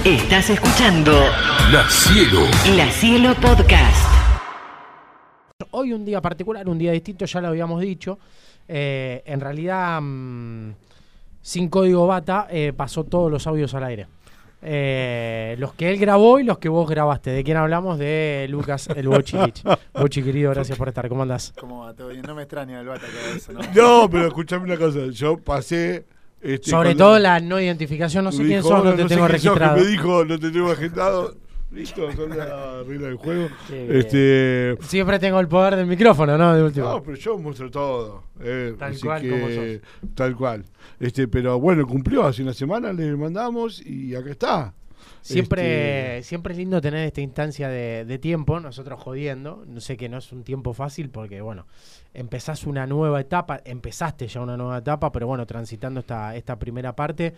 Estás escuchando La Cielo. La Cielo Podcast. Hoy un día particular, un día distinto, ya lo habíamos dicho. En realidad, sin código bata, pasó todos los audios al aire. Los que él grabó y los que vos grabaste. ¿De quién hablamos? De Lucas el Bochilich. Bochi, querido, gracias por estar. ¿Cómo andás? ¿Cómo va? ¿Todo bien? No me extraña el bata que haga eso, ¿no? No, pero escuchame una cosa. Yo pasé. Sobre todo la no identificación, no sé quién sos, no te tengo registrado. Me dijo, no te tengo agendado. Listo, son la regla del juego. Siempre tengo el poder del micrófono, ¿no? De último. No, pero yo muestro todo. Tal cual como sos. Tal cual. Pero bueno, cumplió hace una semana, le mandamos y acá está. Siempre es lindo tener esta instancia de tiempo, nosotros jodiendo. No sé que no es un tiempo fácil porque, bueno, empezaste ya una nueva etapa, pero bueno, transitando esta primera parte.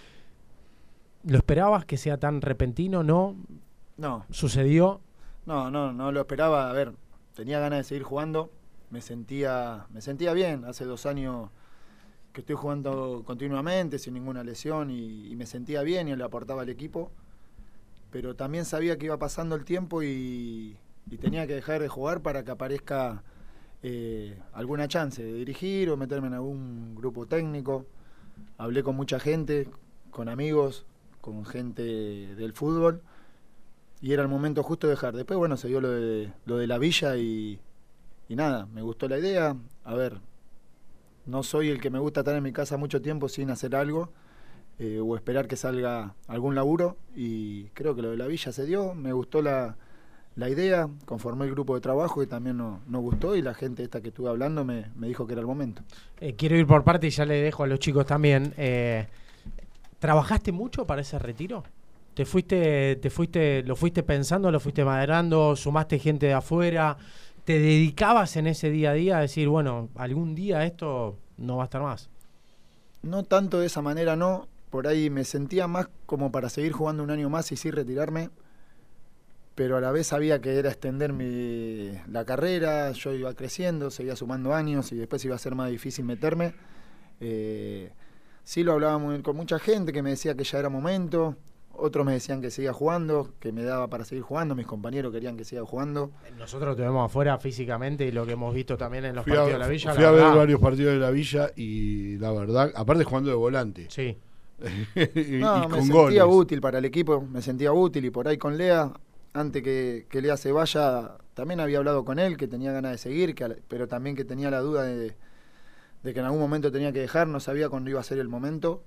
¿Lo esperabas que sea tan repentino? ¿No? No. ¿Sucedió? No lo esperaba. A ver, tenía ganas de seguir jugando. Me sentía bien. Hace 2 años que estoy jugando continuamente, sin ninguna lesión, y me sentía bien y le aportaba al equipo. Pero también sabía que iba pasando el tiempo y tenía que dejar de jugar para que aparezca alguna chance de dirigir o meterme en algún grupo técnico. Hablé con mucha gente, con amigos, con gente del fútbol, y era el momento justo de dejar. Después, bueno, se dio lo de la Villa y nada, me gustó la idea. A ver, no soy el que me gusta estar en mi casa mucho tiempo sin hacer algo, o esperar que salga algún laburo, y creo que lo de la Villa se dio. Me gustó la idea, conformé el grupo de trabajo y también nos gustó, y la gente esta que estuve hablando me dijo que era el momento. Quiero ir por parte y ya le dejo a los chicos también. ¿Trabajaste mucho para ese retiro? ¿Lo fuiste pensando, lo fuiste maderando, sumaste gente de afuera? ¿Te dedicabas en ese día a día a decir, bueno, algún día esto no va a estar más? No tanto de esa manera, no. Por ahí me sentía más como para seguir jugando un año más y sí retirarme, pero a la vez sabía que era extender la carrera. Yo iba creciendo, seguía sumando años y después iba a ser más difícil meterme. Sí lo hablaba con mucha gente que me decía que ya era momento. Otros me decían que seguía jugando, que me daba para seguir jugando. Mis compañeros querían que siga jugando. Nosotros te vemos afuera físicamente y lo que hemos visto también en los partidos de la Villa. Fui a ver varios partidos de la Villa y la verdad, aparte jugando de volante. Sí. y me con sentía goles. útil para el equipo, me sentía útil, y por ahí con Lea, antes que Lea se vaya, también había hablado con él, que tenía ganas de seguir, pero también que tenía la duda de que en algún momento tenía que dejar, no sabía cuándo iba a ser el momento.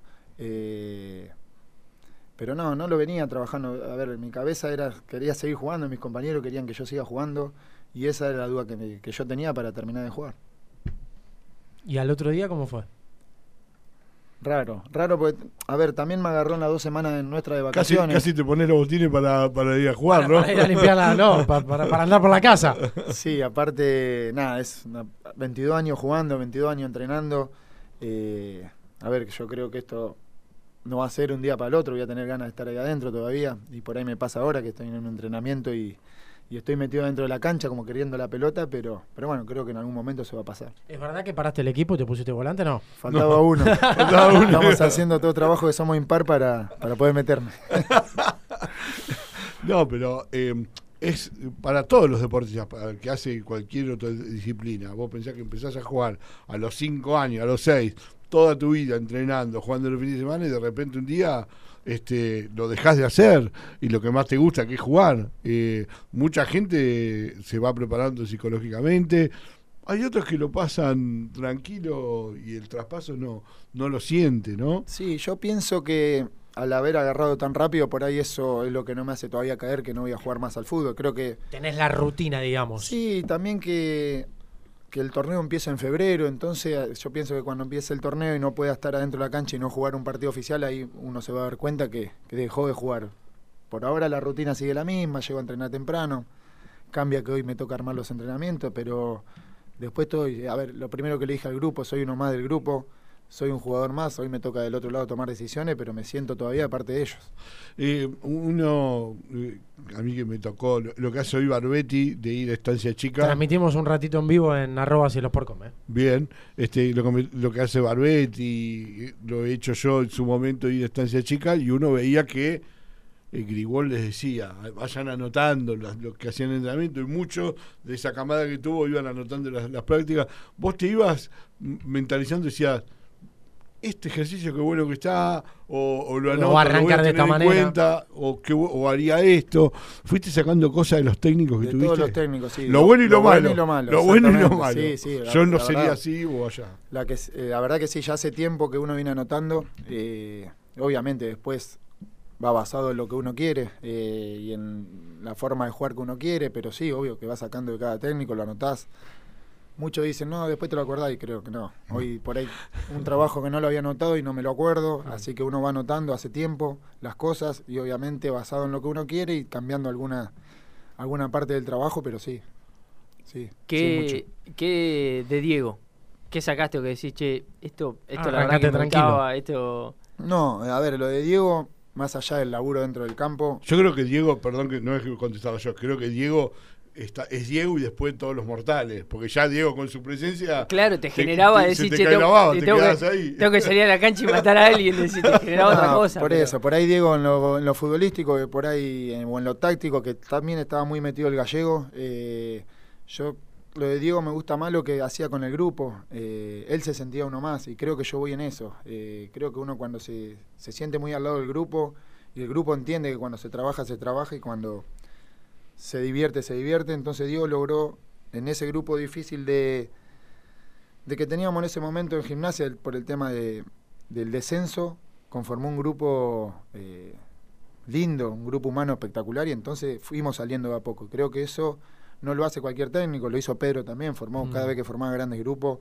Pero no lo venía trabajando. A ver, en mi cabeza quería seguir jugando, mis compañeros querían que yo siga jugando, y esa era la duda que yo tenía para terminar de jugar. ¿Y al otro día cómo fue? Raro, porque, a ver, también me agarró en las 2 semanas nuestras de vacaciones. Casi te pones los botines para ir a jugar, ¿no? Para ir a limpiarla, para andar por la casa. Sí, aparte, nada, 22 años jugando, 22 años entrenando. A ver, yo creo que esto no va a ser un día para el otro, voy a tener ganas de estar ahí adentro todavía, y por ahí me pasa ahora que estoy en un entrenamiento y estoy metido dentro de la cancha como queriendo la pelota, pero bueno, creo que en algún momento se va a pasar. ¿Es verdad que paraste el equipo y te pusiste volante, no? Faltaba uno. Estamos haciendo todo trabajo de somos impar para poder meterme. No, pero es para todos los deportistas, para el que hace cualquier otra disciplina. Vos pensás que empezás a jugar a los 5 años, a los 6, toda tu vida entrenando, jugando los fines de semana, y de repente un día lo dejás de hacer, y lo que más te gusta, que es jugar. Mucha gente se va preparando psicológicamente. Hay otros que lo pasan tranquilo y el traspaso no lo siente, ¿no? Sí, yo pienso que al haber agarrado tan rápido, por ahí eso es lo que no me hace todavía caer que no voy a jugar más al fútbol. Creo que tenés la rutina, digamos. Sí, también que el torneo empieza en febrero, entonces yo pienso que cuando empiece el torneo y no pueda estar adentro de la cancha y no jugar un partido oficial, ahí uno se va a dar cuenta que dejó de jugar. Por ahora la rutina sigue la misma, llego a entrenar temprano, cambia que hoy me toca armar los entrenamientos, pero después lo primero que le dije al grupo, soy uno más del grupo, soy un jugador más, hoy me toca del otro lado tomar decisiones, pero me siento todavía parte de ellos. A mí que me tocó lo que hace hoy Barbetti, de ir a Estancia Chica. Transmitimos un ratito en vivo en @cielosporcom. Bien, lo que hace Barbetti, lo he hecho yo en su momento, ir a Estancia Chica, y uno veía que Grigol les decía, vayan anotando lo que hacían en entrenamiento, y muchos de esa camada que tuvo iban anotando las prácticas. Vos te ibas mentalizando y decías, este ejercicio qué bueno que está, o lo anoto, va a arrancar de esta manera, cuenta, o haría esto. Fuiste sacando cosas de los técnicos que De tuviste. todos los técnicos, sí. Lo bueno y lo malo. Lo bueno y lo exactamente. malo. Sí, sí, Yo no la sería verdad, así o allá. La verdad que sí, ya hace tiempo que uno viene anotando. Obviamente después va basado en lo que uno quiere y en la forma de jugar que uno quiere, pero sí, obvio que va sacando de cada técnico, lo anotás. Muchos dicen, no, después te lo acordás, y creo que no. Hoy por ahí un trabajo que no lo había anotado y no me lo acuerdo, así que uno va anotando hace tiempo las cosas y obviamente basado en lo que uno quiere y cambiando alguna parte del trabajo, pero sí. Sí, ¿Qué de Diego? ¿Qué sacaste o que decís, che, esto la verdad arrancate que me tranquilo. gustaba, esto... No, a ver, lo de Diego, más allá del laburo dentro del campo, Yo creo que Diego, perdón que no es que contestara yo, creo que Diego es Diego y después todos los mortales, porque ya Diego con su presencia Claro, te generaba decir, che, tengo que salir a la cancha y matar a alguien, decir, te generaba otra cosa. Por eso, por ahí Diego en lo futbolístico, por ahí o en lo táctico, que también estaba muy metido el gallego. Yo, lo de Diego me gusta más lo que hacía con el grupo. Él se sentía uno más y creo que yo voy en eso. Creo que uno cuando se siente muy al lado del grupo y el grupo entiende que cuando se trabaja y cuando se divierte. Entonces Diego logró en ese grupo difícil de que teníamos en ese momento en Gimnasia por el tema del descenso, conformó un grupo lindo, un grupo humano espectacular y entonces fuimos saliendo de a poco. Creo que eso no lo hace cualquier técnico, lo hizo Pedro también, cada vez que formaba grandes grupos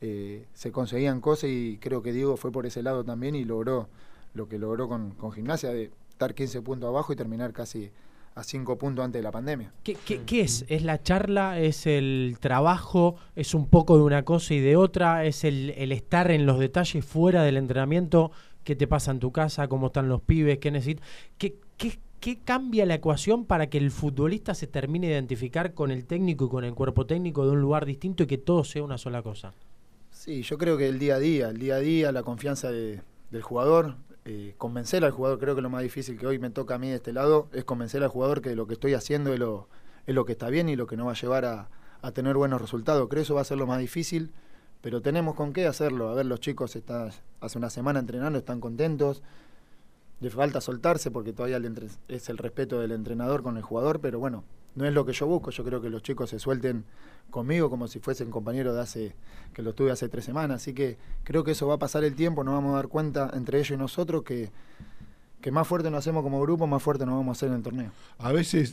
se conseguían cosas y creo que Diego fue por ese lado también y logró lo que logró con Gimnasia, de estar 15 puntos abajo y terminar casi a 5 puntos antes de la pandemia. ¿Qué es? ¿Es la charla? ¿Es el trabajo? ¿Es un poco de una cosa y de otra? ¿Es el estar en los detalles fuera del entrenamiento? ¿Qué te pasa en tu casa? ¿Cómo están los pibes? ¿Qué necesitas? ¿Qué cambia la ecuación para que el futbolista se termine de identificar con el técnico y con el cuerpo técnico de un lugar distinto y que todo sea una sola cosa? Sí, yo creo que el día a día, la confianza del jugador, convencer al jugador, creo que lo más difícil que hoy me toca a mí de este lado es convencer al jugador que lo que estoy haciendo es lo que está bien y lo que nos va a llevar a tener buenos resultados. Creo que eso va a ser lo más difícil, pero tenemos con qué hacerlo. A ver, los chicos hace una semana entrenando, están contentos. Le falta soltarse porque todavía es el respeto del entrenador con el jugador, pero bueno, no es lo que yo busco. Yo creo que los chicos se suelten conmigo como si fuesen compañeros que los tuve hace 3 semanas. Así que creo que eso va a pasar el tiempo, nos vamos a dar cuenta entre ellos y nosotros que más fuerte nos hacemos como grupo, más fuerte nos vamos a hacer en el torneo. A veces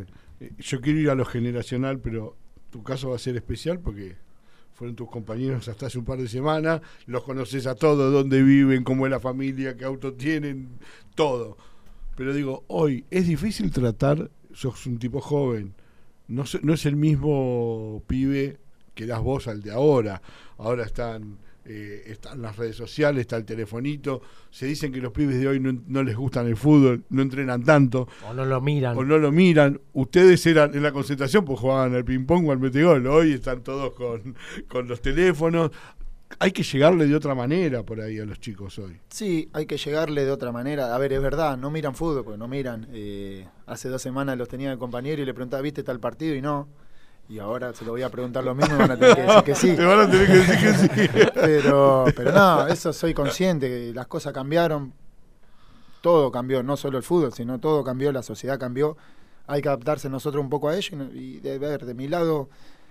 yo quiero ir a lo generacional, pero tu caso va a ser especial porque fueron tus compañeros hasta hace un par de semanas, los conoces a todos, dónde viven, cómo es la familia, qué auto tienen, todo. Pero digo, hoy es difícil tratar, sos un tipo joven, no es el mismo pibe que das vos al de ahora. Ahora están las redes sociales, está el telefonito. Se dicen que los pibes de hoy no les gustan el fútbol, no entrenan tanto. O no lo miran. Ustedes eran en la concentración, pues jugaban al ping-pong o al metegol. Hoy están todos con los teléfonos. Hay que llegarle de otra manera por ahí a los chicos hoy. Sí, hay que llegarle de otra manera. A ver, es verdad, no miran fútbol, porque no miran. Hace 2 semanas los tenía de compañero y le preguntaba, ¿viste tal partido? Y no. Y ahora se lo voy a preguntar lo mismo y van a tener que decir que sí. Te van a tener que decir que sí. Pero no, eso soy consciente, que las cosas cambiaron. Todo cambió, no solo el fútbol, sino todo cambió, la sociedad cambió. Hay que adaptarse nosotros un poco a ello y de mi lado...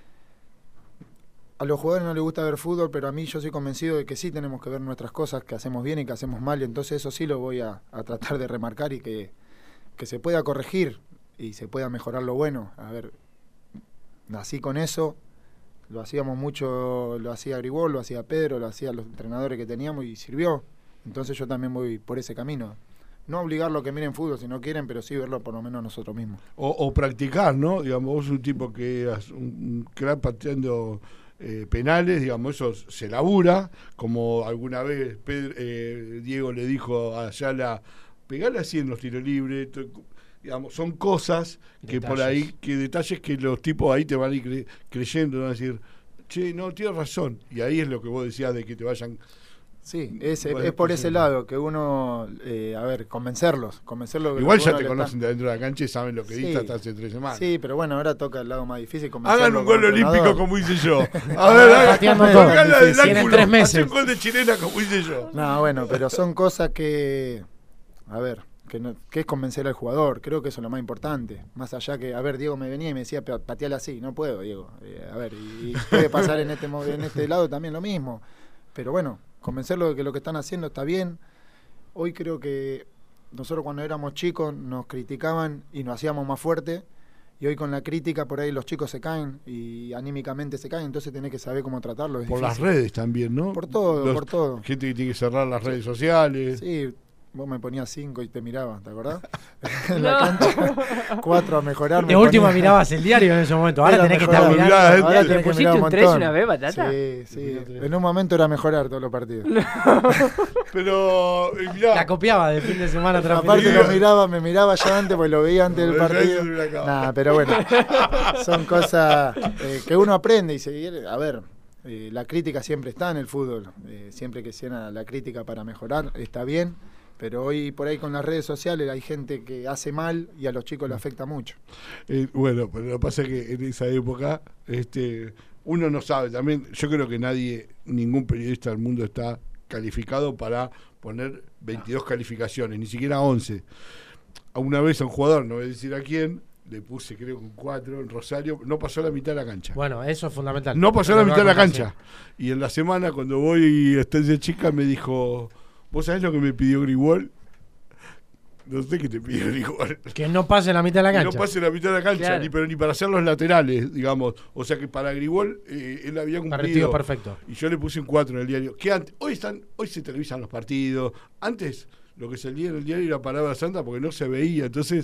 A los jugadores no les gusta ver fútbol, pero a mí yo soy convencido de que sí tenemos que ver nuestras cosas, que hacemos bien y que hacemos mal, y entonces eso sí lo voy a tratar de remarcar y que se pueda corregir y se pueda mejorar lo bueno. A ver, nací con eso, lo hacíamos mucho, lo hacía Grigol, lo hacía Pedro, lo hacían los entrenadores que teníamos y sirvió. Entonces yo también voy por ese camino. No obligarlo a que miren fútbol si no quieren, pero sí verlo por lo menos nosotros mismos. O practicar, ¿no? Digamos, vos un tipo que eras un crack pateando... penales, digamos, eso se labura, como alguna vez Diego le dijo a Ayala, pegale así en los tiros libres, digamos, son cosas que detalles. Por ahí, que detalles que los tipos ahí te van a ir creyendo, van a decir, che, no, tienes razón, y ahí es lo que vos decías de que te vayan Sí, es por ese lado que uno, convencerlos. Igual ya te conocen de dentro de la cancha y saben lo que diste hasta hace 3 semanas. Sí, pero bueno, ahora toca el lado más difícil. Hagan un gol olímpico como hice yo. A ver, tienen 3 meses. Hacen un gol de chilena como hice yo. No, bueno, pero son cosas que, que es convencer al jugador. Creo que eso es lo más importante. Más allá que, Diego me venía y me decía, pateala así. No puedo, Diego. Y puede pasar en este lado también lo mismo. Pero bueno, convencerlo de que lo que están haciendo está bien. Hoy creo que nosotros cuando éramos chicos nos criticaban y nos hacíamos más fuerte, y hoy con la crítica por ahí los chicos se caen y anímicamente se caen, entonces tenés que saber cómo tratarlo. Por las redes también, ¿no? Por todo. Gente que tiene que cerrar las redes sociales. Sí, vos me ponías 5 y te mirabas, ¿te acordás? En la cancha, 4 a mejorar. De última mirabas el diario en ese momento, ahora tenés que estar mirando. Ahora ¿Te pusiste un 3 una vez, Batata? Sí. En un momento era mejorar todos los partidos. Pero, mirá. La copiaba de fin de semana tras aparte me miraba ya antes, porque lo veía antes del partido. Nah, pero bueno, son cosas que uno aprende y se... la crítica siempre está en el fútbol. Siempre que sea la crítica para mejorar, está bien. Pero hoy por ahí con las redes sociales hay gente que hace mal y a los chicos le afecta mucho. Bueno, pero lo que pasa es que en esa época uno no sabe también. Yo creo que ningún periodista del mundo está calificado para poner 22 calificaciones, ni siquiera 11. Una vez a un jugador, no voy a decir a quién, le puse creo un 4 en Rosario, no pasó la mitad de la cancha. Bueno, eso es fundamental. No pasó la mitad de la cancha. Y en la semana cuando voy a Estancia Chica me dijo... ¿Vos sabés lo que me pidió Grigol? No sé qué te pidió Grigol. Que no pase la mitad de la cancha. Que no pase la mitad de la cancha, claro. ni para hacer los laterales, digamos. O sea que para Grigol él había cumplido. Partido perfecto. Y yo le puse un 4 en el diario. Que hoy se televisan los partidos. Antes lo que salía en el diario era palabra santa porque no se veía. Entonces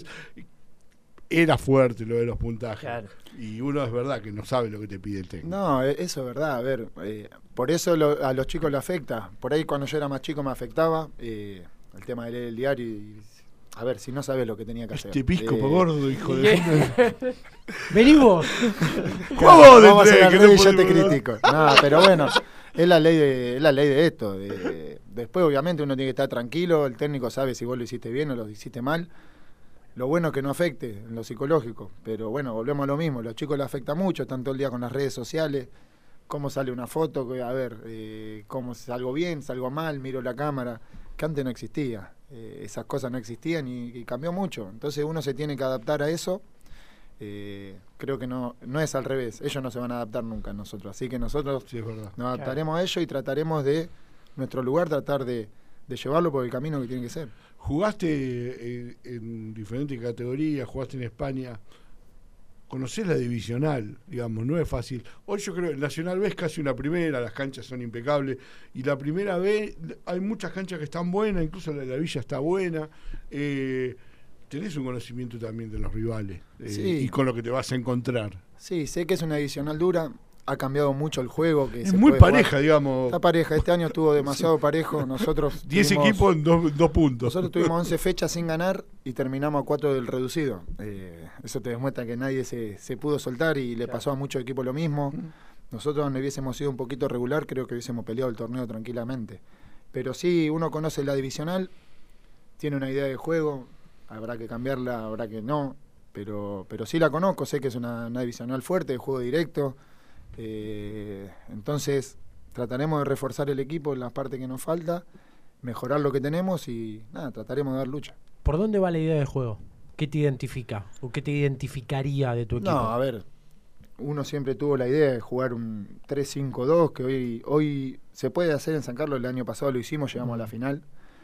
era fuerte lo de los puntajes. Claro. Y uno es verdad que no sabe lo que te pide el técnico. No, eso es verdad. Por eso a los chicos le afecta. Por ahí cuando yo era más chico me afectaba el tema de leer el diario y si no sabes lo que tenía que hacer. Este piscopo gordo, hijo de puta. Vení vos. Vamos a hacer la red y yo te critico. No, pero bueno, es la ley de esto. Después obviamente uno tiene que estar tranquilo, el técnico sabe si vos lo hiciste bien o lo hiciste mal. Lo bueno es que no afecte en lo psicológico, pero bueno, volvemos a lo mismo, los chicos les afecta mucho, están todo el día con las redes sociales, cómo sale una foto, cómo salgo bien, salgo mal, miro la cámara, que antes no existía, esas cosas no existían y cambió mucho, entonces uno se tiene que adaptar a eso, creo que no es al revés, ellos no se van a adaptar nunca a nosotros, así que nosotros nos adaptaremos a ellos y trataremos de nuestro lugar, tratar de llevarlo por el camino que tiene que ser. Jugaste en diferentes categorías, jugaste en España, conocés la divisional, digamos, no es fácil. Hoy yo creo que el Nacional B es casi una primera, las canchas son impecables, y la primera B, hay muchas canchas que están buenas, incluso la de la Villa está buena. Tenés un conocimiento también de los rivales y con lo que te vas a encontrar. Sí, sé que es una divisional dura. Ha cambiado mucho el juego. Es muy pareja, jugar. Digamos. Está pareja. Este año estuvo demasiado parejo. Nosotros 10 equipos en 2 puntos. Nosotros tuvimos 11 fechas sin ganar y terminamos a 4 del reducido. Eso te demuestra que nadie se pudo soltar y le pasó a muchos equipos lo mismo. Nosotros, donde hubiésemos sido un poquito regular, creo que hubiésemos peleado el torneo tranquilamente. Pero sí, uno conoce la divisional, tiene una idea de juego, habrá que cambiarla, habrá que no. Pero sí la conozco, sé que es una divisional fuerte, de juego directo. Entonces trataremos de reforzar el equipo en las partes que nos falta, mejorar lo que tenemos y trataremos de dar lucha. ¿Por dónde va la idea de juego? ¿Qué te identifica o qué te identificaría de tu equipo? No, uno siempre tuvo la idea de jugar un 3-5-2 que hoy se puede hacer en San Carlos. El año pasado lo hicimos, llegamos a la final,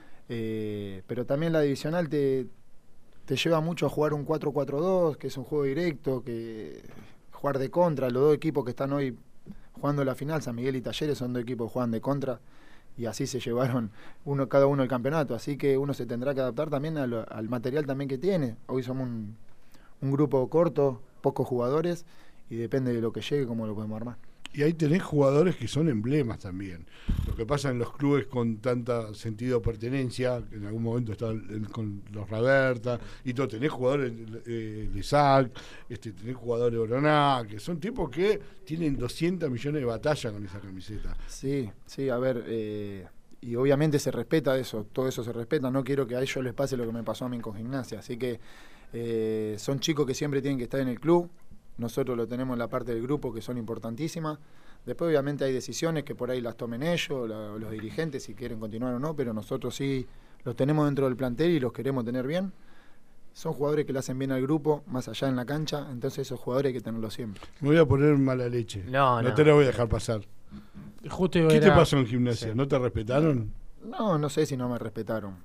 pero también la divisional te lleva mucho a jugar un 4-4-2, que es un juego directo, jugar de contra. Los 2 equipos que están hoy jugando la final, San Miguel y Talleres, son 2 equipos que juegan de contra y así se llevaron cada uno el campeonato, así que uno se tendrá que adaptar también al material también que tiene. Hoy somos un grupo corto, pocos jugadores y depende de lo que llegue cómo lo podemos armar. Y ahí tenés jugadores que son emblemas también. Lo que pasa en los clubes con tanta sentido de pertenencia, que en algún momento estaban con los Raberta, y todo, tenés jugadores Lesac, tenés jugadores Oroná, que son tipos que tienen 200 millones de batallas con esa camiseta. Sí, y obviamente se respeta eso, todo eso se respeta. No quiero que a ellos les pase lo que me pasó a mí con Gimnasia. Así que son chicos que siempre tienen que estar en el club. Nosotros lo tenemos en la parte del grupo, que son importantísimas. Después obviamente hay decisiones que por ahí las tomen ellos, los dirigentes, si quieren continuar o no, pero nosotros sí los tenemos dentro del plantel y los queremos tener bien. Son jugadores que le hacen bien al grupo, más allá en la cancha, entonces esos jugadores hay que tenerlos siempre. Me voy a poner mala leche. No te lo voy a dejar pasar. Justo ¿Qué te pasó en Gimnasia? Sí. ¿No te respetaron? No sé si no me respetaron.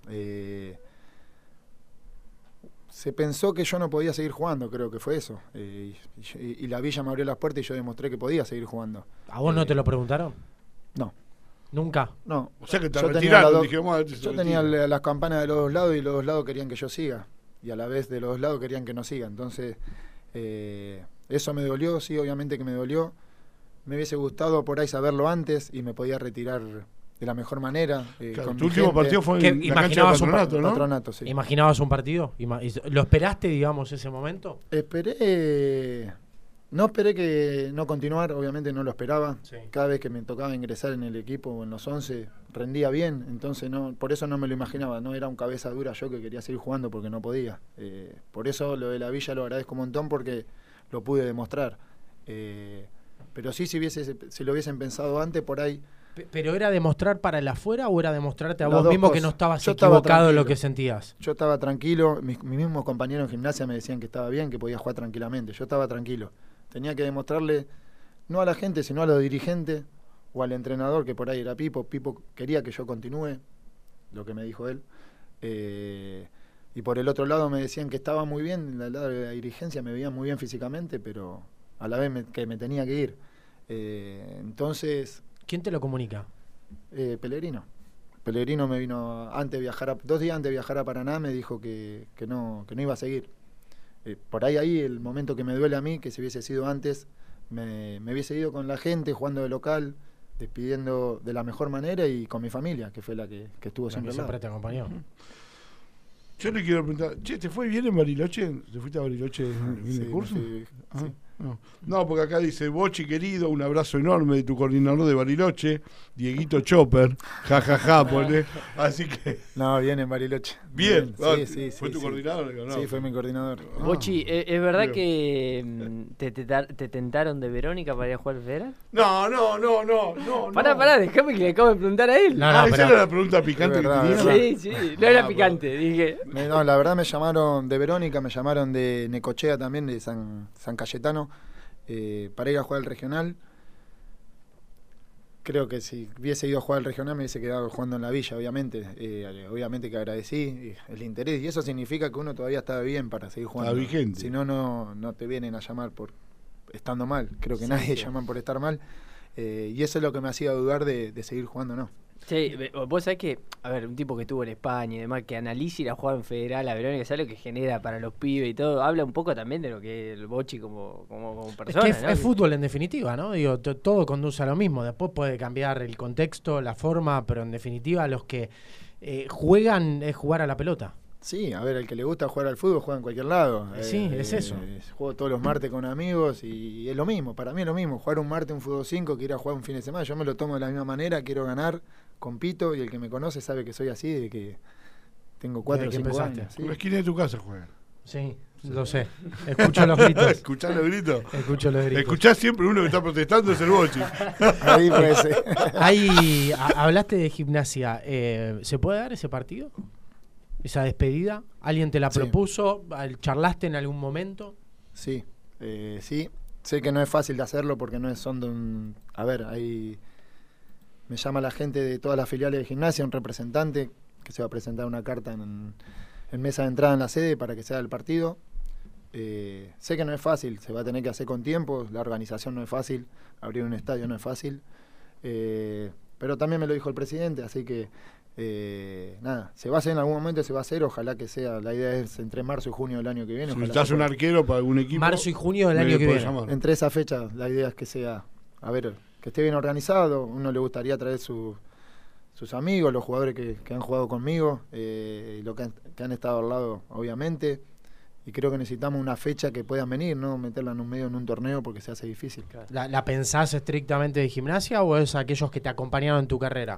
Se pensó que yo no podía seguir jugando, creo que fue eso. Y la Villa me abrió las puertas y yo demostré que podía seguir jugando. ¿A vos no te lo preguntaron? No. ¿Nunca? No. O sea que te retiraron. Yo tenía las campanas de los dos lados y los dos lados querían que yo siga. Y a la vez de los dos lados querían que no siga. Entonces, eso me dolió, sí, obviamente que me dolió. Me hubiese gustado por ahí saberlo antes y me podía retirar de la mejor manera. Claro, tu último partido fue en la cancha de Patronato, ¿no? Patronato, sí. ¿Imaginabas un partido? ¿Lo esperaste, digamos, ese momento? No esperé que no continuar, obviamente no lo esperaba. Sí. Cada vez que me tocaba ingresar en el equipo o en los 11, rendía bien. Entonces, por eso no me lo imaginaba. No era un cabeza dura yo que quería seguir jugando porque no podía. Por eso lo de la Villa lo agradezco un montón porque lo pude demostrar. Pero sí, si lo hubiesen pensado antes, por ahí... ¿Pero era demostrar para el afuera o era demostrarte a Las vos dos mismo cosas. que no estabas Yo estaba equivocado en lo tranquilo. que sentías? Yo estaba tranquilo, mis mismos compañeros en Gimnasia me decían que estaba bien, que podía jugar tranquilamente. Yo estaba tranquilo. Tenía que demostrarle, no a la gente, sino a los dirigentes o al entrenador, que por ahí era Pipo. Pipo quería que yo continúe, lo que me dijo él. Y por el otro lado me decían que estaba muy bien, del lado de la dirigencia me veían muy bien físicamente, pero a la vez que me tenía que ir. Entonces... ¿Quién te lo comunica? Pellegrino. Pellegrino me vino 2 días antes de viajar a Paraná, me dijo que no iba a seguir. Por ahí el momento que me duele a mí, que si hubiese sido antes, me hubiese ido con la gente, jugando de local, despidiendo de la mejor manera y con mi familia, que fue la que estuvo siempre al lado. Siempre te acompañó. Yo le quiero preguntar, ¿te fue bien en Bariloche? ¿Te fuiste a Bariloche en el curso? Sí. No, porque acá dice, Bochi querido, un abrazo enorme de tu coordinador de Bariloche, Dieguito Chopper, pone. Así que... No, bien en Bariloche. Bien. Sí. ¿Fue tu coordinador? No. Sí, fue mi coordinador. Bochi, ¿es verdad que te tentaron de Verónica para ir a jugar al Federal? No. Pará, déjame que le acabo de preguntar a él. Esa era la pregunta picante que tenía. Sí, no era picante, dije. No, la verdad me llamaron de Verónica, me llamaron de Necochea también, de San Cayetano, para ir a jugar al regional. Creo que si hubiese ido a jugar al regional me hubiese quedado jugando en la Villa, obviamente. Obviamente que agradecí el interés, y eso significa que uno todavía está bien para seguir jugando. Está vigente. Si no te vienen a llamar por estando mal. Creo que nadie llama por estar mal. Y eso es lo que me hacía dudar de seguir jugando o no. Sí, vos sabés que, a ver, un tipo que estuvo en España y demás, que analice ir a jugar en Federal a Verónica, ¿sabes lo que genera para los pibes y todo? Habla un poco también de lo que es el Bochi como persona. Es que ¿no? es fútbol en definitiva, ¿no? Digo, todo conduce a lo mismo. Después puede cambiar el contexto, la forma, pero en definitiva los que juegan es jugar a la pelota. Sí, a ver, el que le gusta jugar al fútbol juega en cualquier lado. Sí, es eso. Juego todos los martes con amigos y es lo mismo, para mí es lo mismo. Jugar un martes, un fútbol 5, que ir a jugar un fin de semana, yo me lo tomo de la misma manera, quiero ganar, compito, y el que me conoce sabe que soy así, de que tengo 4 o 5 años. ¿Sí? En la esquina de tu casa juega. Sí, lo sé. Escucho los gritos. ¿Escuchás los gritos? Escucho los gritos. Escuchás siempre uno que está protestando, es el Bochi. Ahí puede ser. Hablaste de Gimnasia. ¿Se puede dar ese partido? ¿Esa despedida? ¿Alguien te la propuso? ¿Charlaste en algún momento? Sí, sí. Sé que no es fácil de hacerlo porque no son de un... A ver, ahí me llama la gente de todas las filiales de Gimnasia, un representante que se va a presentar una carta en mesa de entrada en la sede para que sea el partido. Sé que no es fácil, se va a tener que hacer con tiempo, la organización no es fácil, abrir un estadio no es fácil, pero también me lo dijo el presidente, así que nada, se va a hacer en algún momento, se va a hacer, ojalá que sea, la idea es entre marzo y junio del año que viene. Si necesitas un arquero para algún equipo, marzo y junio del año que viene. Llamar. Entre esa fecha, la idea es que sea, a ver, que esté bien organizado, uno le gustaría traer sus amigos, los jugadores que han jugado conmigo, y los que han estado al lado, obviamente, y creo que necesitamos una fecha que puedan venir, no meterla en un medio en un torneo porque se hace difícil. ¿La pensás estrictamente de Gimnasia o es aquellos que te acompañaron en tu carrera?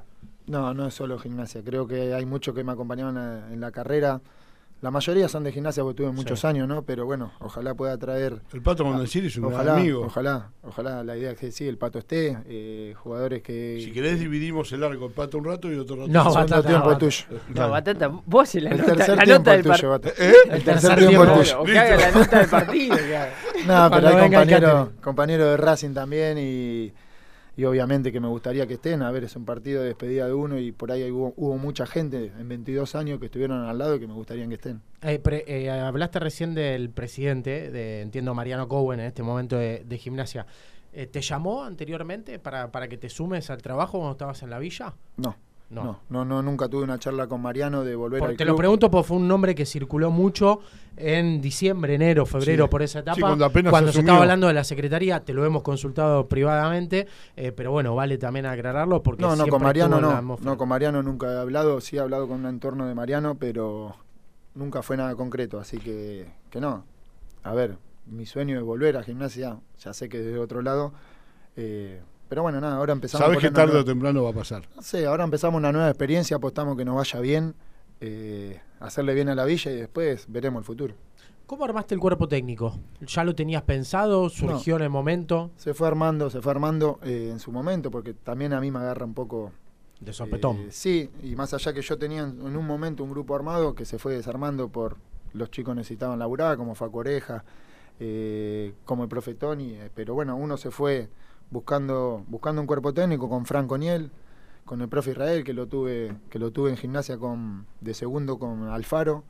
No, no es solo gimnasia. Creo que hay muchos que me acompañaban en la carrera. La mayoría son de gimnasia porque tuve muchos años, ¿no? Pero bueno, ojalá pueda traer... El Pato Mondesiri es un gran Ojalá, amigo. ojalá la idea es que sí, el Pato esté, jugadores que... Si querés dividimos el largo, el Pato un rato y otro rato. No, el segundo Batata, tiempo es Batata. tuyo. No, Batata, vos en la El nota, tercer la tiempo nota es del tuyo, partido. Batata. El tercer tiempo es tuyo. O que haga la nota del partido. que haga. No, Cuando pero hay venga el compañeros de Racing también y obviamente que me gustaría que estén. A ver, es un partido de despedida de uno y por ahí hubo mucha gente en 22 años que estuvieron al lado y que me gustaría que estén. Hablaste recién del presidente, entiendo Mariano Cowen en este momento de gimnasia. ¿Te llamó anteriormente para que te sumes al trabajo cuando estabas en la villa? No, nunca tuve una charla con Mariano de volver al Te club. lo pregunto porque fue un nombre que circuló mucho en diciembre, enero, febrero, Sí. por esa etapa. Sí, cuando apenas se asumió. estaba hablando de la secretaría, te lo hemos consultado privadamente, pero bueno, vale también aclararlo porque No, siempre con Mariano estuvo en la no. atmósfera. No, con Mariano nunca he hablado. Sí he hablado con un entorno de Mariano, pero nunca fue nada concreto. Así que no. A ver, mi sueño es volver a gimnasia. Ya sé que desde otro lado. Pero bueno, nada, ahora empezamos. Sabes con que una tarde nueva- o temprano va a pasar. No sé, ahora empezamos una nueva experiencia. Apostamos que nos vaya bien. Hacerle bien a la villa y después veremos el futuro. ¿Cómo armaste el cuerpo técnico? ¿Ya lo tenías pensado? ¿Surgió en el momento? Se fue armando en su momento, porque también a mí me agarra un poco De sopetón. sí, y más allá que yo tenía en un momento un grupo armado que se fue desarmando por los chicos necesitaban laburar, como Facu Oreja, como el profe Tony, pero bueno, uno se fue buscando un cuerpo técnico con Franco Niel, con el profe Israel, que lo tuve en gimnasia de segundo con Alfaro.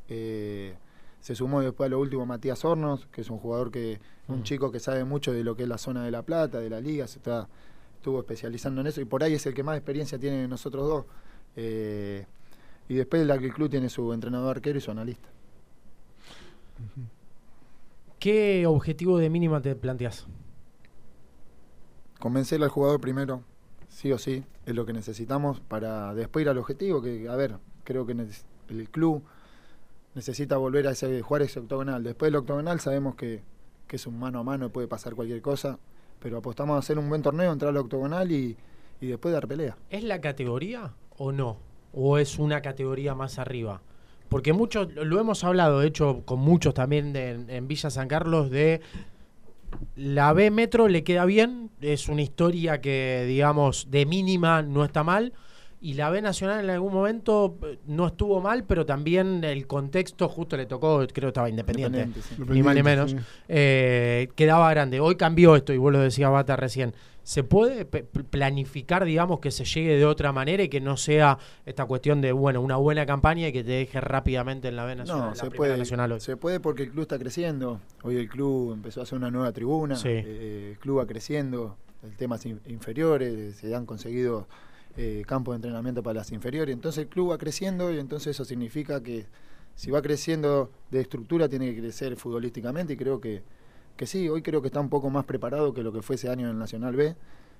Se sumó después a lo último Matías Hornos, que es un jugador un chico que sabe mucho de lo que es la zona de La Plata, de la liga, estuvo especializando en eso y por ahí es el que más experiencia tiene de nosotros dos. Y después el club tiene su entrenador arquero y su analista. ¿Qué objetivo de mínima te planteás? Convencer al jugador primero, sí o sí, es lo que necesitamos para después ir al objetivo, que a ver, creo que el club necesita volver a jugar ese octogonal. Después del octogonal sabemos que es un mano a mano, puede pasar cualquier cosa, pero apostamos a hacer un buen torneo, entrar al octogonal y después dar pelea. ¿Es la categoría o no? ¿O es una categoría más arriba? Porque muchos, lo hemos hablado, de hecho, con muchos también en Villa San Carlos, de la B Metro le queda bien, es una historia que, digamos, de mínima no está mal, y la B Nacional en algún momento no estuvo mal, pero también el contexto justo le tocó, creo que estaba Independiente. Sí. Ni más ni menos, Sí. quedaba grande. Hoy cambió esto, y vos lo decías, Bata, recién. ¿Se puede planificar, digamos, que se llegue de otra manera y que no sea esta cuestión de, bueno, una buena campaña y que te deje rápidamente en la B Nacional? No, la se Primera puede, Nacional hoy? se puede porque el club está creciendo. Hoy el club empezó a hacer una nueva tribuna, Sí. El club va creciendo, el tema inferiores, se han conseguido campos de entrenamiento para las inferiores, entonces el club va creciendo y entonces eso significa que si va creciendo de estructura tiene que crecer futbolísticamente y creo que sí, hoy creo que está un poco más preparado que lo que fue ese año en el Nacional B.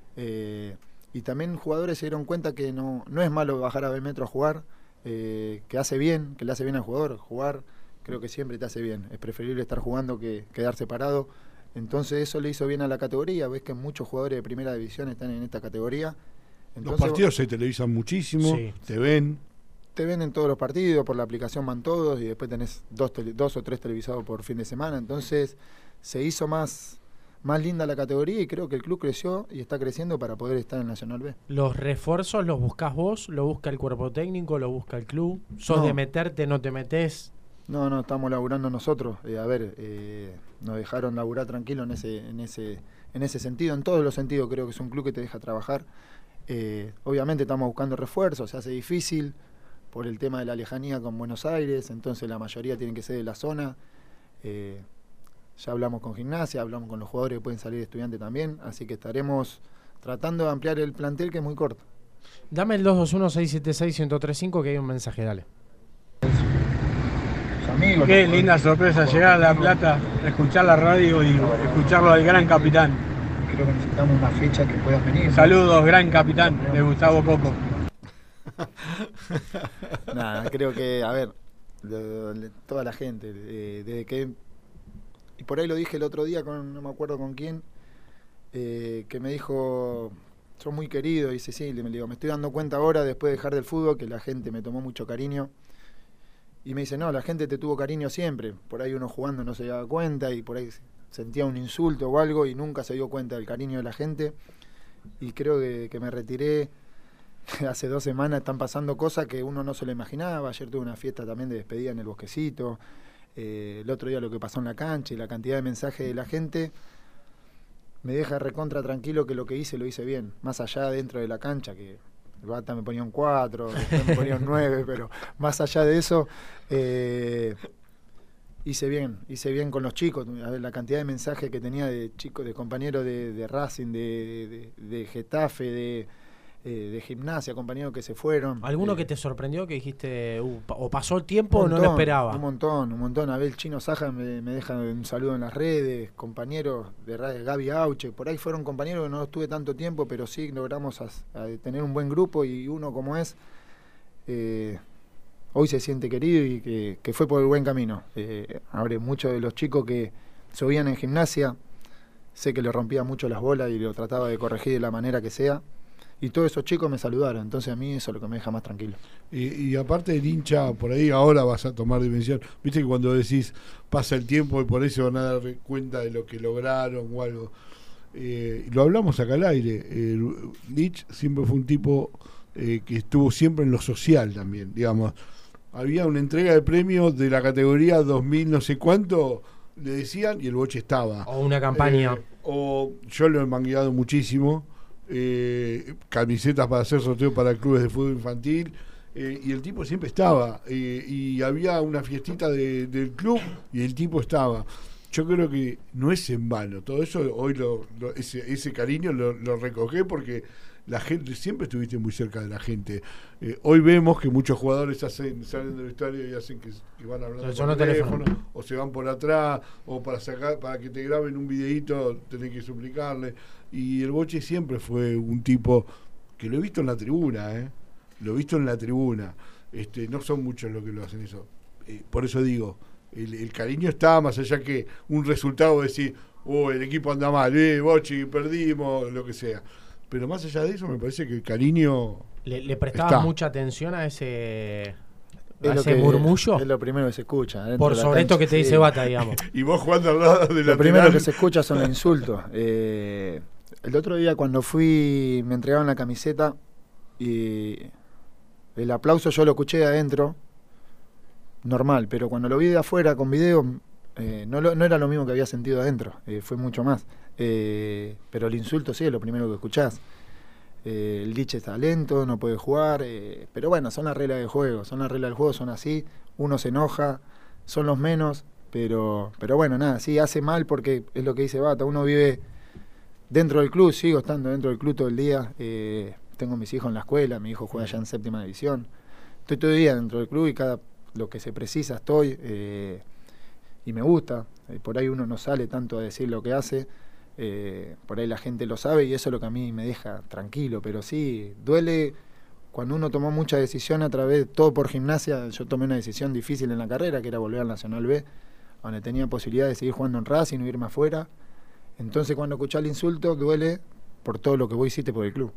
Y también jugadores se dieron cuenta que no es malo bajar a B Metro a jugar, que hace bien, que le hace bien al jugador. Jugar creo que siempre te hace bien, es preferible estar jugando que quedarse parado. Entonces eso le hizo bien a la categoría, ves que muchos jugadores de primera división están en esta categoría. Entonces, Los partidos se televisan muchísimo, Sí. te ven. te ven en todos los partidos, por la aplicación van todos y después tenés dos o tres televisados por fin de semana. Entonces se hizo más linda la categoría y creo que el club creció y está creciendo para poder estar en Nacional B. ¿Los refuerzos los buscás vos? ¿Lo busca el cuerpo técnico? ¿Lo busca el club? ¿Sos No. de meterte, no te metés? No, estamos laburando nosotros. Nos dejaron laburar tranquilo en ese sentido, en todos los sentidos. Creo que es un club que te deja trabajar. Obviamente estamos buscando refuerzos, se hace difícil por el tema de la lejanía con Buenos Aires, entonces la mayoría tienen que ser de la zona. Ya hablamos con Gimnasia, hablamos con los jugadores que pueden salir estudiantes también, así que estaremos tratando de ampliar el plantel que es muy corto. Dame el 221-676-1035 que hay un mensaje, dale. Qué linda sorpresa llegar a La Plata, escuchar la radio y escucharlo al gran capitán. Creo que necesitamos una fecha que puedas venir. Saludos, gran capitán, de Gustavo Coco. Nada, creo que, a ver, toda la gente, desde que... Y por ahí lo dije el otro día, no me acuerdo con quién, que me dijo sos muy querido. Y dice, sí, le digo, me estoy dando cuenta ahora, después de dejar del fútbol, que la gente me tomó mucho cariño. Y me dice, no, la gente te tuvo cariño siempre. Por ahí uno jugando no se daba cuenta y por ahí sentía un insulto o algo y nunca se dio cuenta del cariño de la gente. Y creo que me retiré. Hace 2 semanas están pasando cosas que uno no se lo imaginaba. Ayer tuve una fiesta también de despedida en el Bosquecito. El otro día lo que pasó en la cancha y la cantidad de mensajes de la gente me deja recontra tranquilo que lo que hice lo hice bien. Más allá dentro de la cancha, que el Bata me ponía un 4, después me ponía un 9, pero más allá de eso, hice bien con los chicos. A ver, la cantidad de mensajes que tenía de chicos, de compañeros de Racing, de Getafe, de Gimnasia, compañeros que se fueron. ¿Alguno que te sorprendió, que dijiste, o pasó el tiempo o no lo esperaba? Un montón. A ver, el Chino Saja me deja un saludo en las redes, compañeros de radio, Gaby Auche, por ahí fueron compañeros que no estuve tanto tiempo, pero sí logramos a tener un buen grupo y uno como es, hoy se siente querido y que fue por el buen camino. Ahora, muchos de los chicos que subían en Gimnasia, sé que le rompía mucho las bolas y lo trataba de corregir de la manera que sea. Y todos esos chicos me saludaron, entonces a mí eso es lo que me deja más tranquilo. Y aparte del hincha, por ahí ahora vas a tomar dimensión. Viste que cuando decís pasa el tiempo y por eso van a dar cuenta de lo que lograron o algo. Lo hablamos acá al aire. Lich siempre fue un tipo que estuvo siempre en lo social también, digamos. Había una entrega de premios de la categoría 2000 no sé cuánto, le decían, y el Boche estaba. O una campaña. O yo lo he mangueado muchísimo. Camisetas para hacer sorteo para clubes de fútbol infantil, y el tipo siempre estaba, y había una fiestita del club y el tipo estaba. Yo creo que no es en vano todo eso. Hoy ese cariño lo recogí porque la gente, siempre estuviste muy cerca de la gente. Hoy vemos que muchos jugadores salen del vestuario y hacen que van hablando por teléfono, o se van por atrás, o para que te graben un videíto tenés que suplicarle. Y el Boche siempre fue un tipo que lo he visto en la tribuna, lo he visto en la tribuna. No son muchos los que lo hacen eso. Por eso digo, el cariño está más allá que un resultado de decir, el equipo anda mal, Boche, perdimos, lo que sea. Pero más allá de eso, me parece que el cariño ¿Le prestabas mucha atención a ese murmullo? Es lo primero que se escucha. Por sobre esto que te dice Bata, digamos. Y vos jugando al lado de la. Lo primero que se escucha son los insultos. El otro día cuando fui, me entregaron la camiseta y el aplauso yo lo escuché de adentro, normal, pero cuando lo vi de afuera con video, no era lo mismo que había sentido adentro, fue mucho más. Pero el insulto sí es lo primero que escuchás. El Lich está lento, no puede jugar, pero bueno, son las reglas del juego, son así, uno se enoja, son los menos, pero bueno, nada, sí, hace mal porque es lo que dice Bata, uno vive dentro del club, sigo estando dentro del club todo el día, tengo mis hijos en la escuela, mi hijo juega ya en 7ª división, estoy todo el día dentro del club y lo que se precisa estoy, y me gusta, por ahí uno no sale tanto a decir lo que hace, por ahí la gente lo sabe y eso es lo que a mí me deja tranquilo, pero sí, duele cuando uno tomó mucha decisión a través, todo por Gimnasia. Yo tomé una decisión difícil en la carrera, que era volver al Nacional B, donde tenía posibilidad de seguir jugando en Racing, no irme afuera. Entonces cuando escuchás el insulto, duele por todo lo que vos hiciste por el club.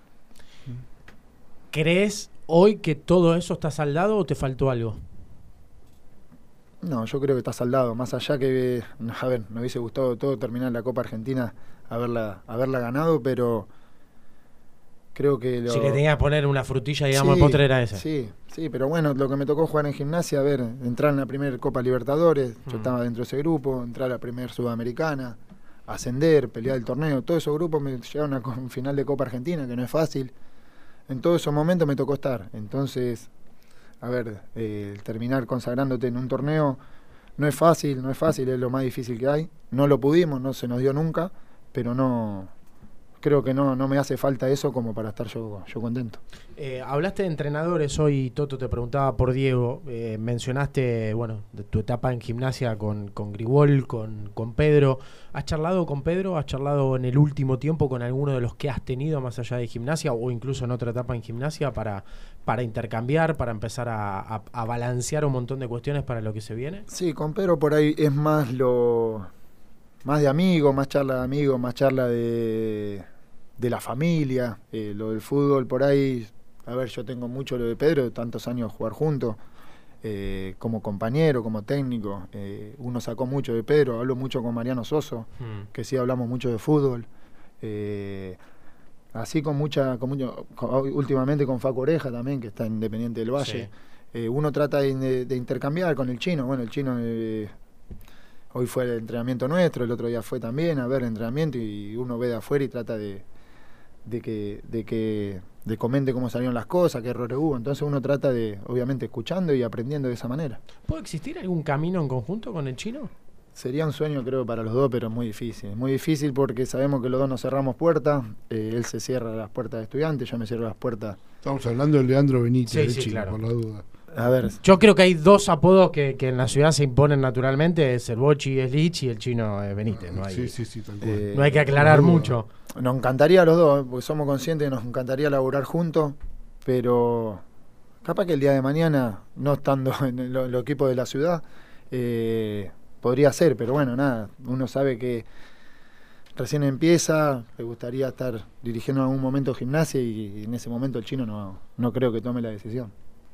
¿Crees hoy que todo eso está saldado o te faltó algo? No, yo creo que está saldado, más allá que, a ver, me hubiese gustado todo terminar la Copa Argentina, haberla ganado, pero creo que si le tenías que poner una frutilla, digamos, el postre era esa. Sí, pero bueno, lo que me tocó jugar en Gimnasia, a ver, entrar en la primera Copa Libertadores, yo estaba dentro de ese grupo, entrar a la primera Sudamericana, ascender, pelear el torneo, todos esos grupos me llegaron a un final de Copa Argentina, que no es fácil. En todos esos momentos me tocó estar, entonces, a ver, terminar consagrándote en un torneo no es fácil, es lo más difícil que hay. No lo pudimos, no se nos dio nunca, pero no, creo que no me hace falta eso como para estar yo contento. Hablaste de entrenadores hoy, Toto, te preguntaba por Diego, mencionaste, bueno, de tu etapa en Gimnasia con Grigol, con Pedro. ¿Has charlado con Pedro? ¿Has charlado en el último tiempo con alguno de los que has tenido más allá de Gimnasia o incluso en otra etapa en Gimnasia para intercambiar, para empezar a balancear un montón de cuestiones para lo que se viene? Sí, con Pedro por ahí es más de amigo, más charla de amigo, más charla de de la familia, lo del fútbol por ahí. A ver, yo tengo mucho lo de Pedro, de tantos años jugar juntos, como compañero, como técnico. Uno sacó mucho de Pedro, hablo mucho con Mariano Soso, que sí hablamos mucho de fútbol. Así últimamente con Facu Oreja también, que está en Independiente del Valle. Sí. Uno trata de intercambiar con el Chino. Bueno, el Chino hoy fue el entrenamiento nuestro, el otro día fue también a ver el entrenamiento, y uno ve de afuera y trata de comente cómo salieron las cosas, qué errores hubo. Entonces uno trata de, obviamente, escuchando y aprendiendo de esa manera. ¿Puede existir algún camino en conjunto con el Chino? Sería un sueño, creo, para los dos, pero es muy difícil. Es muy difícil porque sabemos que los dos nos cerramos puertas. Él se cierra las puertas de estudiantes, yo me cierro las puertas. Estamos hablando de Leandro Benítez, sí, Chino, claro. por la duda. A ver. Yo creo que hay dos apodos que en la ciudad se imponen naturalmente: es el Bochi, es Lich, y el Chino Benítez. No hay, sí, tal cual. No hay que aclarar mucho. Nos encantaría los dos, porque somos conscientes que nos encantaría laburar juntos, pero capaz que el día de mañana, no estando en los equipos de la ciudad, podría ser, pero bueno, nada, uno sabe que recién empieza, le gustaría estar dirigiendo en algún momento Gimnasia, y en ese momento el Chino no creo que tome la decisión.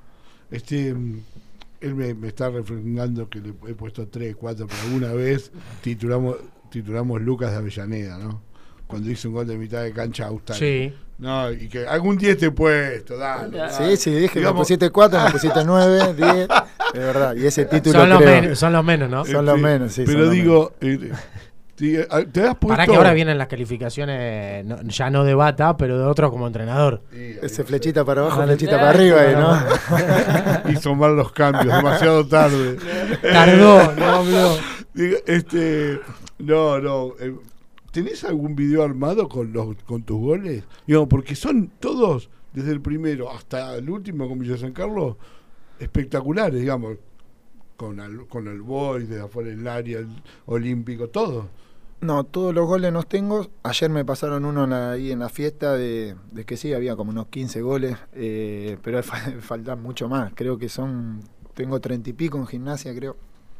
Él me está refrendando que le he puesto 3, 4, pero alguna vez titulamos Lucas de Avellaneda, ¿no? Cuando hizo un gol de mitad de cancha a Austria. Sí. No, y que algún 10 te he puesto, dale. Sí, dije, me pusiste 4, me pusiste 9, 10, de verdad, y ese título son los menos, ¿no? Son los menos, sí. Pero digo, te has puesto... Para que ahora vienen las calificaciones, ya no de Bata, pero de otro como entrenador. Ese flechita para abajo, flechita para arriba, ¿no? Hizo mal los cambios, demasiado tarde. Tardó, no habló. ¿Tenés algún video armado con tus goles? Digamos, porque son todos, desde el primero hasta el último con Villa San Carlos, espectaculares, digamos, con el Boys, desde afuera del área, el olímpico, todo. No, todos los goles los tengo. Ayer me pasaron uno ahí en la fiesta de que sí, había como unos 15 goles, pero faltan mucho más. Creo que tengo 30 y pico en Gimnasia, creo.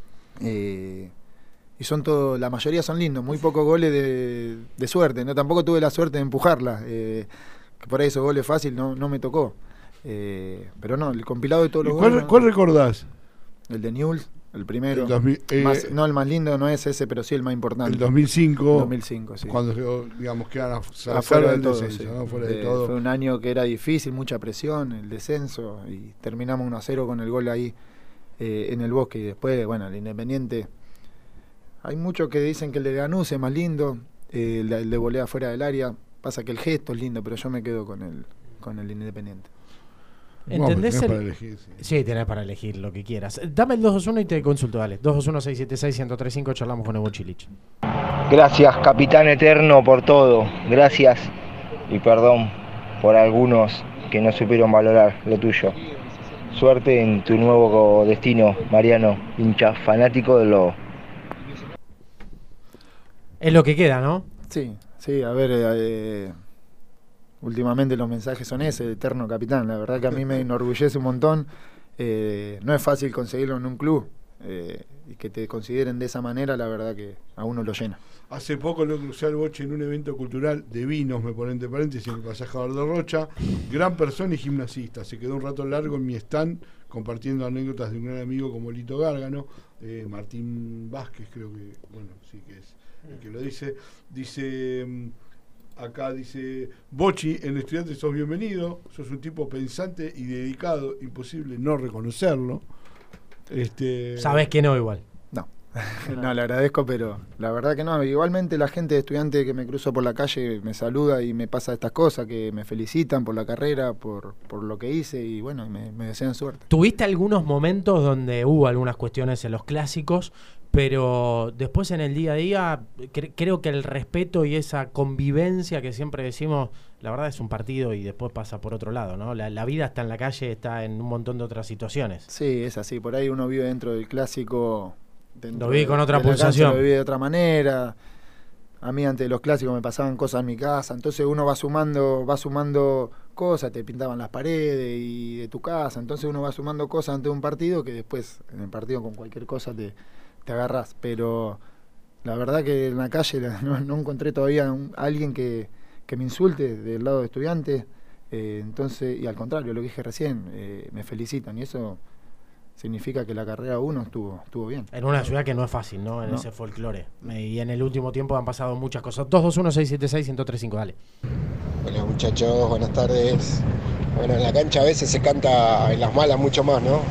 Y son todos, la mayoría son lindos, muy pocos goles de suerte. No, tampoco tuve la suerte de empujarla, que por ahí esos goles fácil no me tocó. Pero no, el compilado de todos los goles. ¿Cuál recordás? El de Newell's, el primero. No, el más lindo no es ese, pero sí el más importante. El 2005. 2005, sí. Cuando, digamos, quedan afuera del descenso, sí. ¿no? Afuera de todo. Fue un año que era difícil, mucha presión, el descenso, y terminamos 1-0 con el gol ahí en el Bosque. Y después, bueno, el Independiente. Hay muchos que dicen que el de Lanús es más lindo, el de volea fuera del área. Pasa que el gesto es lindo, pero yo me quedo con el Independiente. ¿Entendés? Para elegir, sí, tenés para elegir lo que quieras. Dame el 221 y te consulto, dale. 221-676-1035, charlamos con Evo Chilich. Gracias, Capitán Eterno, por todo. Gracias y perdón por algunos que no supieron valorar lo tuyo. Suerte en tu nuevo destino, Mariano, hincha fanático de lo... Es lo que queda, ¿no? Sí, a ver... últimamente los mensajes son ese, eterno capitán. La verdad que a mí me enorgullece un montón. No es fácil conseguirlo en un club. Y que te consideren de esa manera, la verdad que a uno lo llena. Hace poco lo crucé al Boche en un evento cultural de vinos, me ponen entre paréntesis, en el pasaje de Rocha. Gran persona y gimnasista. Se quedó un rato largo en mi stand compartiendo anécdotas de un gran amigo como Lito Gárgano. Martín Vázquez, creo que, bueno, sí que es el que lo dice. Acá dice, Bochi, en Estudiantes sos bienvenido, sos un tipo pensante y dedicado, imposible no reconocerlo. Sabés que no igual. No, le agradezco, pero la verdad que no. Igualmente la gente de Estudiantes que me cruzo por la calle me saluda y me pasa estas cosas, que me felicitan por la carrera, por lo que hice, y bueno, me desean suerte. ¿Tuviste algunos momentos donde hubo algunas cuestiones en los clásicos, pero después en el día a día creo que el respeto y esa convivencia que siempre decimos, la verdad es un partido y después pasa por otro lado, ¿no? La vida está en la calle, está en un montón de otras situaciones. Sí, es así. Por ahí uno vive dentro del clásico... Lo vi con otra pulsación. Lo viví de otra manera. A mí antes de los clásicos me pasaban cosas en mi casa. Entonces uno va sumando cosas, te pintaban las paredes y de tu casa. Entonces uno va sumando cosas ante un partido que después en el partido con cualquier cosa te agarrás. Pero la verdad que en la calle no encontré todavía alguien que que me insulte del lado de Estudiantes. Entonces, y al contrario, lo que dije recién, me felicitan y eso significa que la carrera 1 estuvo bien. En una ciudad que no es fácil, ¿no? En No. ese folclore. Y en el último tiempo han pasado muchas cosas. 221-676-1035, dale. Hola muchachos, buenas tardes. Bueno, en la cancha a veces se canta en las malas mucho más, ¿no?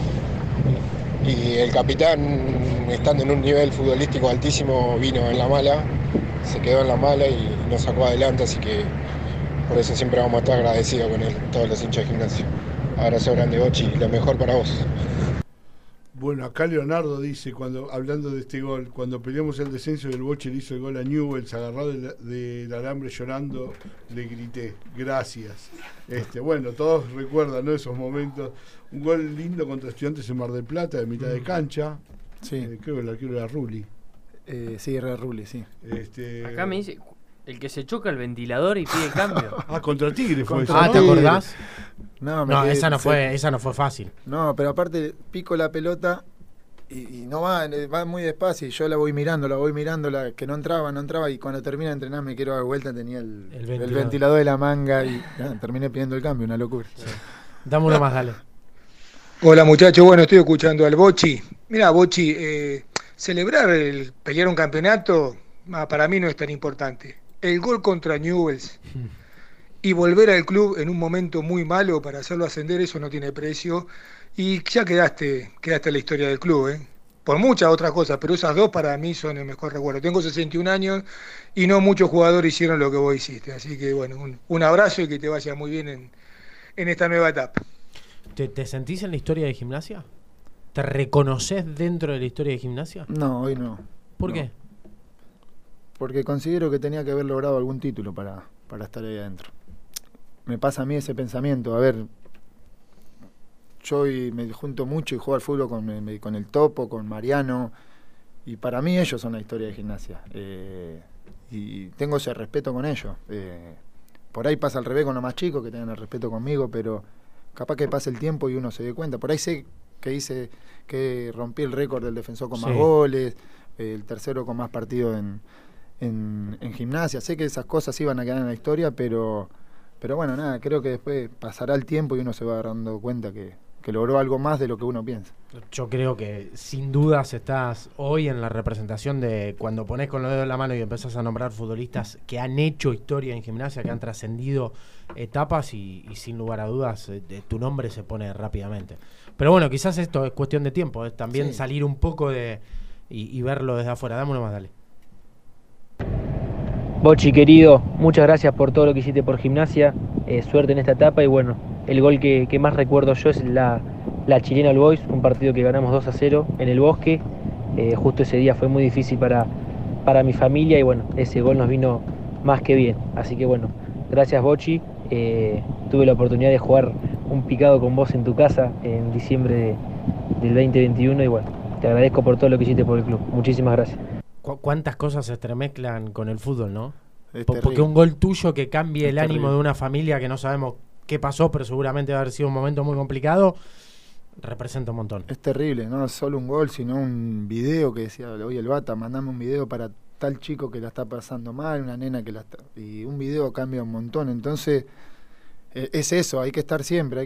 Y el capitán, estando en un nivel futbolístico altísimo, vino en la mala, se quedó en la mala y nos sacó adelante, así que por eso siempre vamos a estar agradecidos con él, todos los hinchas de Gimnasia. Abrazo grande, Bochi, lo mejor para vos. Bueno, acá Leonardo dice, hablando de este gol, cuando peleamos el descenso y el Boche le hizo el gol a Newell's, agarrado del alambre llorando, le grité, gracias. Bueno, todos recuerdan, ¿no?, esos momentos. Un gol lindo contra Estudiantes en Mar del Plata, de mitad de cancha. Sí. Creo que el arquero era Rulli. Sí, era Rulli, sí. Acá me dice, el que se choca el ventilador y pide cambio. Contra Tigre fue eso, Ah, ¿no? ¿te acordás? No, No, esa no fue fácil. No, pero aparte pico la pelota y no va muy despacio y yo la voy mirando, que no entraba y cuando termina de entrenar me quiero dar vuelta, tenía el ventilador de la manga y terminé pidiendo el cambio, una locura. Sí. Dame uno más, dale. Hola muchachos, bueno, estoy escuchando al Bochi. Mira, Bochi, celebrar pelear un campeonato, para mí no es tan importante. El gol contra Newell's y volver al club en un momento muy malo para hacerlo ascender, eso no tiene precio. Y ya quedaste en la historia del club, por muchas otras cosas, pero esas dos para mí son el mejor recuerdo. Tengo 61 años y no muchos jugadores hicieron lo que vos hiciste. Así que bueno, un abrazo y que te vaya muy bien en esta nueva etapa. ¿Te sentís en la historia de Gimnasia? ¿Te reconoces dentro de la historia de Gimnasia? No, hoy no. ¿Por qué? Porque considero que tenía que haber logrado algún título para estar ahí adentro. Me pasa a mí ese pensamiento. A ver, yo me junto mucho y juego al fútbol con el Topo, con Mariano, y para mí ellos son la historia de Gimnasia. Y tengo ese respeto con ellos. Por ahí pasa al revés con los más chicos, que tengan el respeto conmigo, pero capaz que pase el tiempo y uno se dé cuenta. Por ahí sé que rompí el récord del defensor con más goles, el tercero con más partidos en Gimnasia. Sé que esas cosas iban a quedar en la historia, pero bueno, nada, creo que después pasará el tiempo y uno se va dando cuenta que logró algo más de lo que uno piensa. Yo creo que sin dudas estás hoy en la representación de cuando pones con los dedos en la mano y empezás a nombrar futbolistas que han hecho historia en Gimnasia, que han trascendido etapas y sin lugar a dudas tu nombre se pone rápidamente. Pero bueno, quizás esto es cuestión de tiempo, también salir un poco y verlo desde afuera. Dame uno más, dale. Bochi querido, muchas gracias por todo lo que hiciste por Gimnasia, suerte en esta etapa y bueno, el gol que más recuerdo yo es la chilena All Boys, un partido que ganamos 2-0 en el Bosque, justo ese día fue muy difícil para mi familia y bueno, ese gol nos vino más que bien, así que bueno, gracias Bochi, tuve la oportunidad de jugar un picado con vos en tu casa en diciembre del 2021 y bueno, te agradezco por todo lo que hiciste por el club, muchísimas gracias. ¿Cuántas cosas se entremezclan con el fútbol, no? Porque un gol tuyo que cambie el ánimo de una familia que no sabemos qué pasó, pero seguramente va a haber sido un momento muy complicado, representa un montón. Es terrible, no solo un gol, sino un video que decía, oye, el Bata, mandame un video para tal chico que la está pasando mal, una nena que y un video cambia un montón. Entonces, es eso, hay que estar siempre.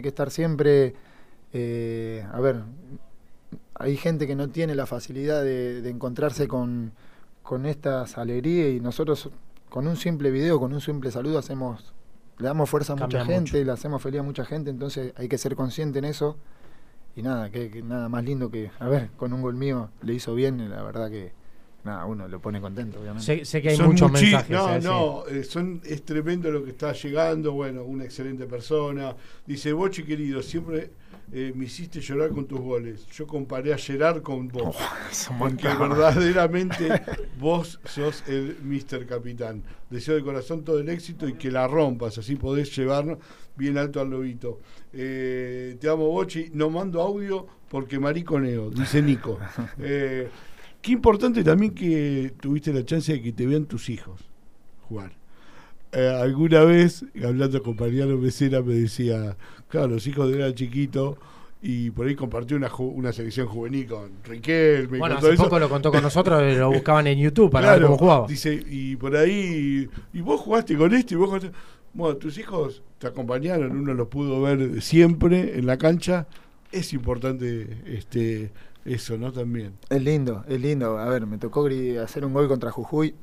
A ver, hay gente que no tiene la facilidad de encontrarse con estas alegrías y nosotros con un simple video, con un simple saludo le damos fuerza a mucha gente, le hacemos feliz a mucha gente, entonces hay que ser consciente en eso y nada, que nada más lindo que, a ver, con un gol mío le hizo bien, la verdad que nada, uno lo pone contento, obviamente. Sé que hay muchos mensajes. Es tremendo lo que está llegando, bueno, una excelente persona. Dice, Bochi querido, siempre me hiciste llorar con tus goles. Yo comparé a Gerard con vos. Porque verdaderamente vos sos el Mr. Capitán. Deseo de corazón todo el éxito y que la rompas, así podés llevarnos bien alto al lobito. Te amo, Bochi. No mando audio porque mariconeo, dice Nico. Qué importante también que tuviste la chance de que te vean tus hijos jugar. Alguna vez, hablando con Mariano Mesera, me decía, claro, los hijos de él eran chiquitos y por ahí compartió una selección juvenil con Riquelme. Bueno, con todo hace eso. poco lo contó con nosotros, lo buscaban en YouTube para ver cómo jugaba. Dice, y por ahí, y vos jugaste con este, y vos jugaste. Bueno, tus hijos te acompañaron, uno los pudo ver siempre en la cancha. Es importante eso, ¿no? También. Es lindo. A ver, me tocó hacer un gol contra Jujuy.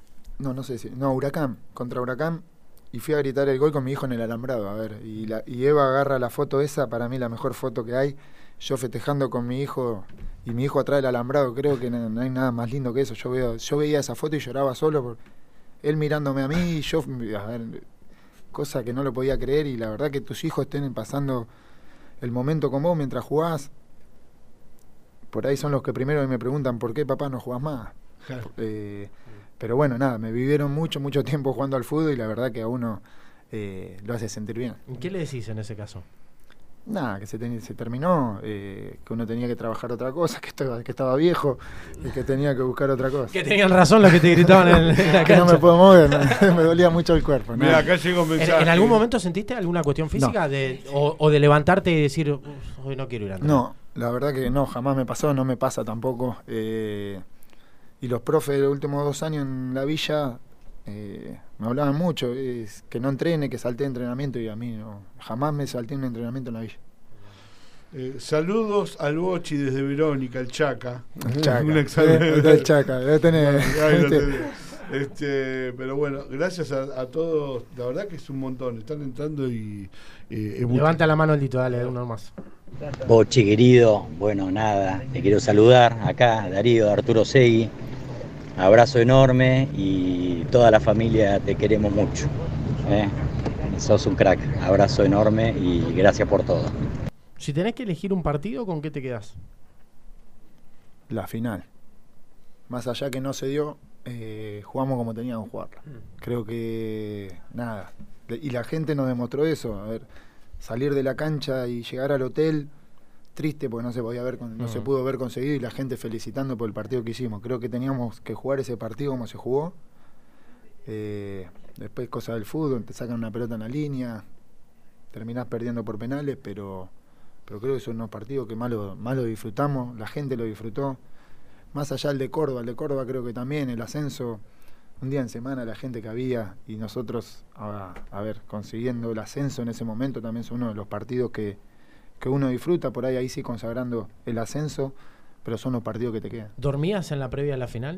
Huracán. Contra Huracán. Y fui a gritar el gol con mi hijo en el alambrado. A ver, y Eva agarra la foto esa, para mí la mejor foto que hay. Yo festejando con mi hijo y mi hijo atrás del alambrado. Creo que no hay nada más lindo que eso. Yo veía esa foto y lloraba solo. Por él mirándome a mí y yo, a ver, cosa que no lo podía creer. Y la verdad que tus hijos estén pasando el momento con vos mientras jugás. Por ahí son los que primero me preguntan por qué papá no jugás más. Pero bueno, nada, me vivieron mucho tiempo jugando al fútbol y la verdad que a uno lo hace sentir bien. ¿Qué le decís en ese caso? Nada, que se terminó, que uno tenía que trabajar otra cosa, que estaba viejo y que tenía que buscar otra cosa. Que tenían razón los que te gritaban en la cancha. Que no me puedo mover, me dolía mucho el cuerpo. Mira, acá llegó un mensaje. ¿En algún momento sentiste alguna cuestión física No. o de levantarte y decir, hoy no quiero ir a entrenar? No, la verdad que no, jamás me pasó, no me pasa tampoco. Y los profes de los últimos 2 años en la villa me hablaban mucho, que no entrene, que salté de entrenamiento, y a mí no, jamás me salté un entrenamiento en la villa. Saludos al Bochi desde Verónica, el Chaca. El Chaca, Un examen. el Chaca, debe tener. Ahí lo tenés. Pero bueno, gracias a todos, la verdad que es un montón, están entrando y... Levanta la mano el Lito, dale, uno más. Bochi querido, bueno, nada, te quiero saludar acá, Darío, Arturo Segui, abrazo enorme y toda la familia te queremos mucho, sos un crack, abrazo enorme y gracias por todo. Si tenés que elegir un partido, ¿con qué te quedás? La final. Más allá que no se dio, jugamos como teníamos que jugarla. Creo que nada. Y la gente nos demostró eso. A ver, salir de la cancha y llegar al hotel triste porque no se podía ver, no se pudo ver conseguido, y la gente felicitando por el partido que hicimos. Creo que teníamos que jugar ese partido como se jugó. Después cosas del fútbol, te sacan una pelota en la línea, terminás perdiendo por penales, pero creo que son unos partidos que más lo disfrutamos, la gente lo disfrutó. Más allá el de Córdoba creo que también, el ascenso, un día en semana la gente que había, y nosotros, a ver, consiguiendo el ascenso en ese momento, también son uno de los partidos que uno disfruta, por ahí sí consagrando el ascenso, pero son los partidos que te quedan. ¿Dormías en la previa a la final?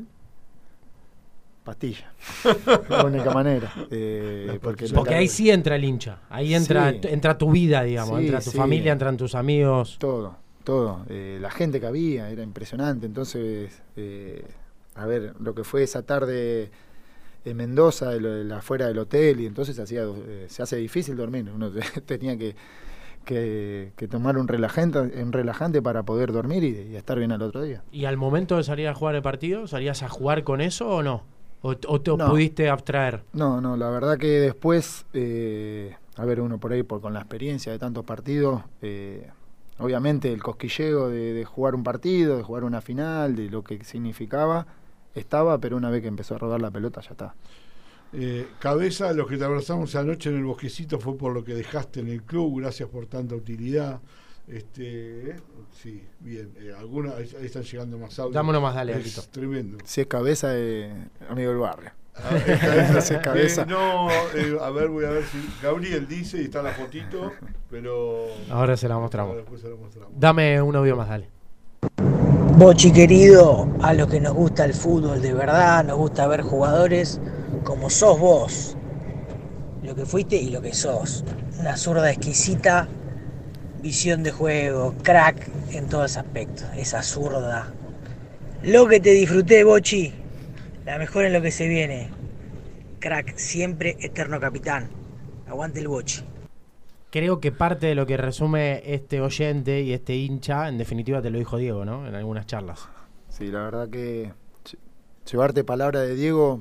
Pastilla, la única manera. Porque ahí sí entra el hincha, ahí entra, sí, entra tu vida, digamos, sí, entra tu sí, familia, entran tus amigos. Todo. La gente que había era impresionante. Entonces, a ver, lo que fue esa tarde en Mendoza, afuera del hotel, y entonces se hace difícil dormir. Uno tenía que tomar un relajante para poder dormir y estar bien al otro día. ¿Y al momento de salir a jugar el partido, salías a jugar con eso o no? ¿O te No. pudiste abstraer? No, la verdad que después, a ver, uno por ahí, con la experiencia de tantos partidos, obviamente el cosquilleo de jugar un partido, de jugar una final, de lo que significaba, estaba, pero una vez que empezó a rodar la pelota ya está. Cabeza, los que te abrazamos anoche en el bosquecito fue por lo que dejaste en el club, gracias por tanta utilidad. Sí, bien. Ahí están llegando más audios. Dámonos más, dale, es Alito. tremendo. Si es Cabeza, amigo del barrio. Si es Cabeza. A ver, voy a ver si Gabriel dice, y está la fotito, pero Ahora se la mostramos. después se la mostramos. Dame un audio más, dale. Bochi querido, a los que nos gusta el fútbol de verdad, nos gusta ver jugadores como sos vos, lo que fuiste y lo que sos. Una zurda exquisita, visión de juego, crack en todos los aspectos, esa zurda. Lo que te disfruté, Bochi, la mejor en lo que se viene. Crack, siempre eterno capitán. Aguante el Bochi. Creo que parte de lo que resume este oyente y este hincha, en definitiva te lo dijo Diego, ¿no? En algunas charlas. Sí, la verdad que llevarte palabra de Diego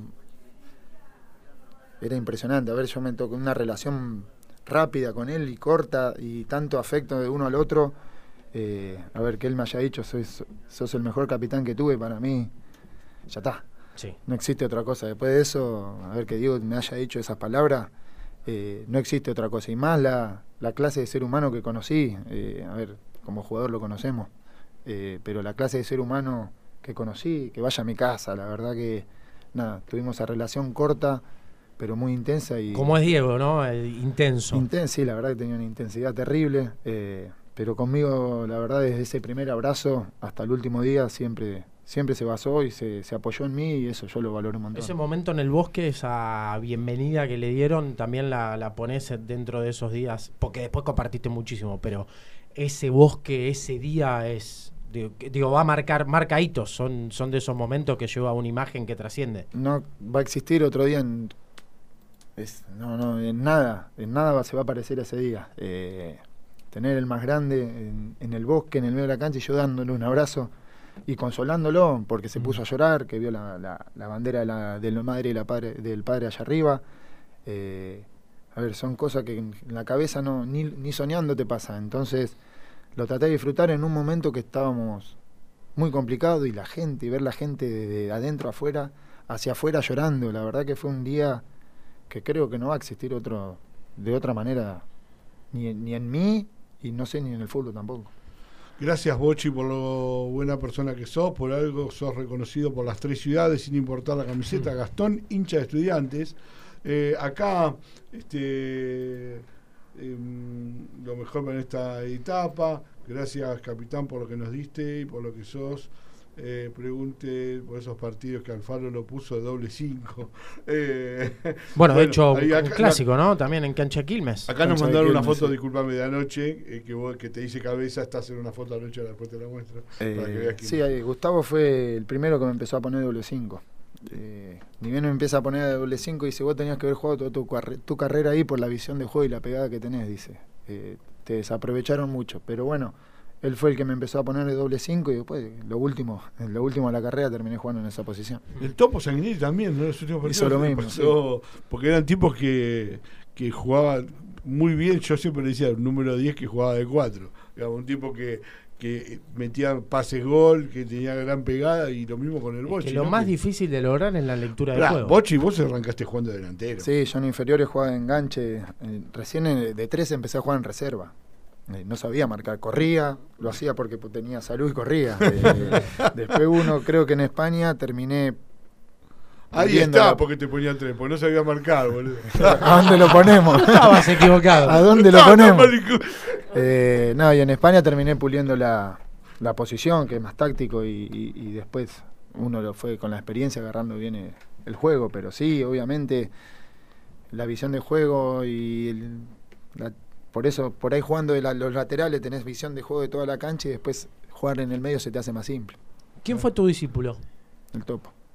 era impresionante. A ver, yo me tocó una relación rápida con él y corta, y tanto afecto de uno al otro. A ver, que él me haya dicho, sos el mejor capitán que tuve, para mí, ya está. Sí. No existe otra cosa. Después de eso, a ver, que Diego me haya dicho esas palabras, no existe otra cosa. Y más la clase de ser humano que conocí. A ver, como jugador lo conocemos, pero la clase de ser humano que conocí, que vaya a mi casa, la verdad que nada, tuvimos esa relación corta pero muy intensa. Y como es Diego, ¿no? Intenso. Sí, la verdad que tenía una intensidad terrible, pero conmigo, la verdad, desde ese primer abrazo hasta el último día siempre se basó y se apoyó en mí, y eso yo lo valoro un montón. Ese momento en el bosque, esa bienvenida que le dieron, también la ponés dentro de esos días, porque después compartiste muchísimo, pero ese bosque, ese día es... Digo, va a marca hitos, son de esos momentos que lleva una imagen que trasciende. No va a existir otro día en nada se va a parecer ese día. Tener el más grande en el bosque, en el medio de la cancha, y yo dándole un abrazo y consolándolo porque se puso a llorar, que vio la bandera de la madre y del padre allá arriba. A ver, son cosas que en la cabeza ni soñando te pasa. Entonces lo traté de disfrutar en un momento que estábamos muy complicado, y ver la gente de adentro afuera, hacia afuera llorando. La verdad que fue un día que creo que no va a existir de otra manera, ni en mí, y no sé, ni en el fútbol tampoco. Gracias, Bochi, por lo buena persona que sos. Por algo sos reconocido por las 3 ciudades, sin importar la camiseta. Gastón, hincha de Estudiantes. Acá, lo mejor en esta etapa. Gracias, capitán, por lo que nos diste y por lo que sos. Pregunte por esos partidos que Alfaro lo puso de doble 5. Bueno, de hecho, un clásico, ¿no? También en cancha Quilmes. Acá nos mandaron una foto, discúlpame, de anoche, que te dice cabeza, estás en una foto anoche, después te la muestro. Para que veas sí, Gustavo fue el primero que me empezó a poner doble 5. Ni bien me empieza a poner de doble 5, dice, vos tenías que haber jugado toda tu carrera ahí por la visión de juego y la pegada que tenés, dice. Te desaprovecharon mucho, pero bueno, él fue el que me empezó a poner de doble 5, y después, lo último de la carrera, terminé jugando en esa posición. El Topo Sanguinetti también, ¿no? Hizo lo mismo. Sí. Porque eran tipos que jugaban muy bien. Yo siempre le decía, un número 10 que jugaba de 4. Digamos, un tipo que metía pases gol, que tenía gran pegada, y lo mismo con el Bochi. Que lo más difícil de lograr es la lectura del juego. Bochi, vos arrancaste jugando delantero. Sí, yo en inferiores jugaba de enganche. Recién de 13 empecé a jugar en reserva. No sabía marcar, corría, lo hacía porque tenía salud y corría. Después creo que en España terminé. Ahí está, porque te ponía 3, porque no sabía marcar, boludo. ¿A dónde lo ponemos? Estabas equivocado. ¿A dónde lo ponemos? Y en España terminé puliendo la posición, que es más táctico, y después uno lo fue con la experiencia agarrando bien el juego, pero sí, obviamente, la visión de juego y por eso, por ahí jugando los laterales tenés visión de juego de toda la cancha, y después jugar en el medio se te hace más simple. ¿Quién fue tu discípulo? El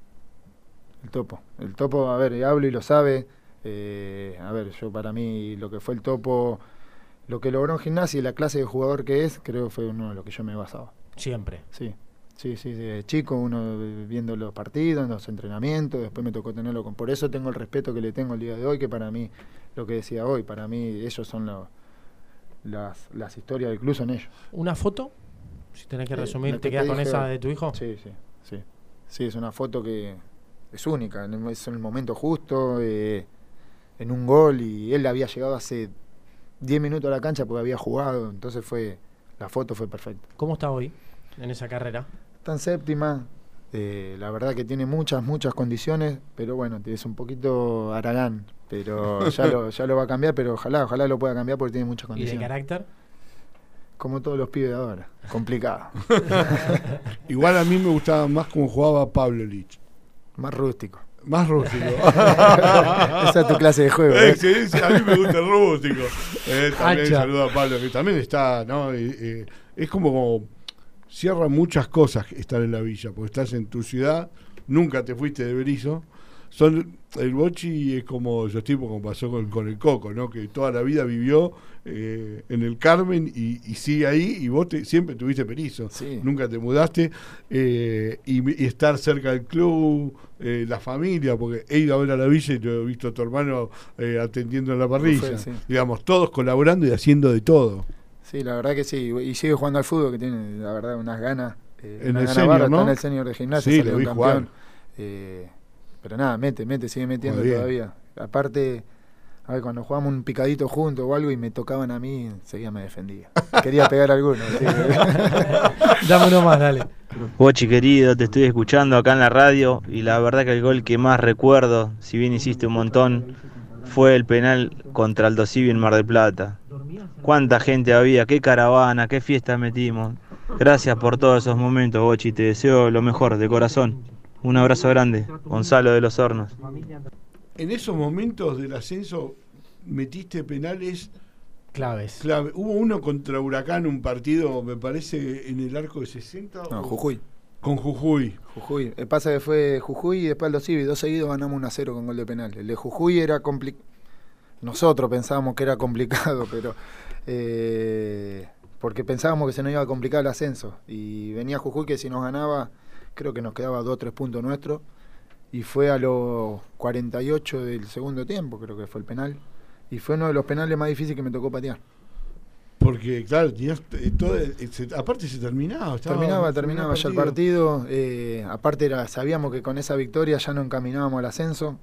Topo, a ver, hablo y lo sabe. A ver, yo para mí lo que fue el Topo, lo que logró en Gimnasia y la clase de jugador que es, creo que fue uno de los que yo me basaba. Siempre. Sí, de chico, uno viendo los partidos, los entrenamientos, después me tocó tenerlo por eso tengo el respeto que le tengo el día de hoy, que para mí, lo que decía hoy, para mí ellos son las historias del club, son ellos. ¿Una foto? Si tenés que resumir, ¿te quedas con esa de tu hijo? Sí, es una foto que es única, es en el momento justo, en un gol, y él había llegado hace 10 minutos a la cancha porque había jugado, entonces la foto fue perfecta. ¿Cómo está hoy en esa carrera? Está en séptima, la verdad que tiene muchas condiciones, pero bueno, es un poquito haragán, pero ya lo va a cambiar, pero ojalá lo pueda cambiar porque tiene muchas condiciones. ¿Y de carácter? Como todos los pibes de ahora, complicado. Igual a mí me gustaba más como jugaba Pablo Lich. Más rústico. Esa es tu clase de juego. Sí, a mí me gusta el rústico. También saludo a Pablo, que también está, ¿no? Es como cierra muchas cosas estar en la villa, porque estás en tu ciudad, nunca te fuiste de Berizo. El Bochi es como pasó con el Coco, ¿no? Que toda la vida vivió en el Carmen y sigue ahí, y vos siempre tuviste Berizo, nunca te mudaste, y estar cerca del club, la familia, porque he ido a ver a la villa y lo he visto a tu hermano atendiendo en la parrilla, digamos, todos colaborando y haciendo de todo. Sí, la verdad que sí, y sigue jugando al fútbol, que tiene la verdad unas ganas. En el senior, ¿no? Está en el senior de Gimnasia, sí, lo vi jugar. Pero nada, sigue metiendo todavía. Aparte, A ver, cuando jugábamos un picadito juntos o algo y me tocaban a mí, enseguida me defendía. Quería pegar a alguno. Sí. Dame uno más, dale. Bochi querido, te estoy escuchando acá en la radio y la verdad que el gol que más recuerdo, si bien hiciste un montón, fue el penal contra Aldo Civi en Mar del Plata. Cuánta gente había, qué caravana, qué fiesta metimos. Gracias por todos esos momentos, Bochi, te deseo lo mejor, de corazón. Un abrazo grande, Gonzalo de los Hornos. En esos momentos del ascenso metiste penales claves. Hubo uno contra Huracán, un partido, me parece, en el arco de 60. No, Jujuy. Con Jujuy. Pasa que fue Jujuy y después Aldo Civi, 2 seguidos ganamos 1-0 con gol de penal. El de Jujuy era complicado. Nosotros pensábamos que era complicado, pero porque pensábamos que se nos iba a complicar el ascenso. Y venía Jujuy que si nos ganaba, creo que nos quedaba 2 o 3 puntos nuestros. Y fue a los 48 del segundo tiempo, creo que fue el penal. Y fue uno de los penales más difíciles que me tocó patear. Porque, claro, tenías aparte se terminaba. Terminaba ya el partido. Aparte sabíamos que con esa victoria ya no encaminábamos al ascenso.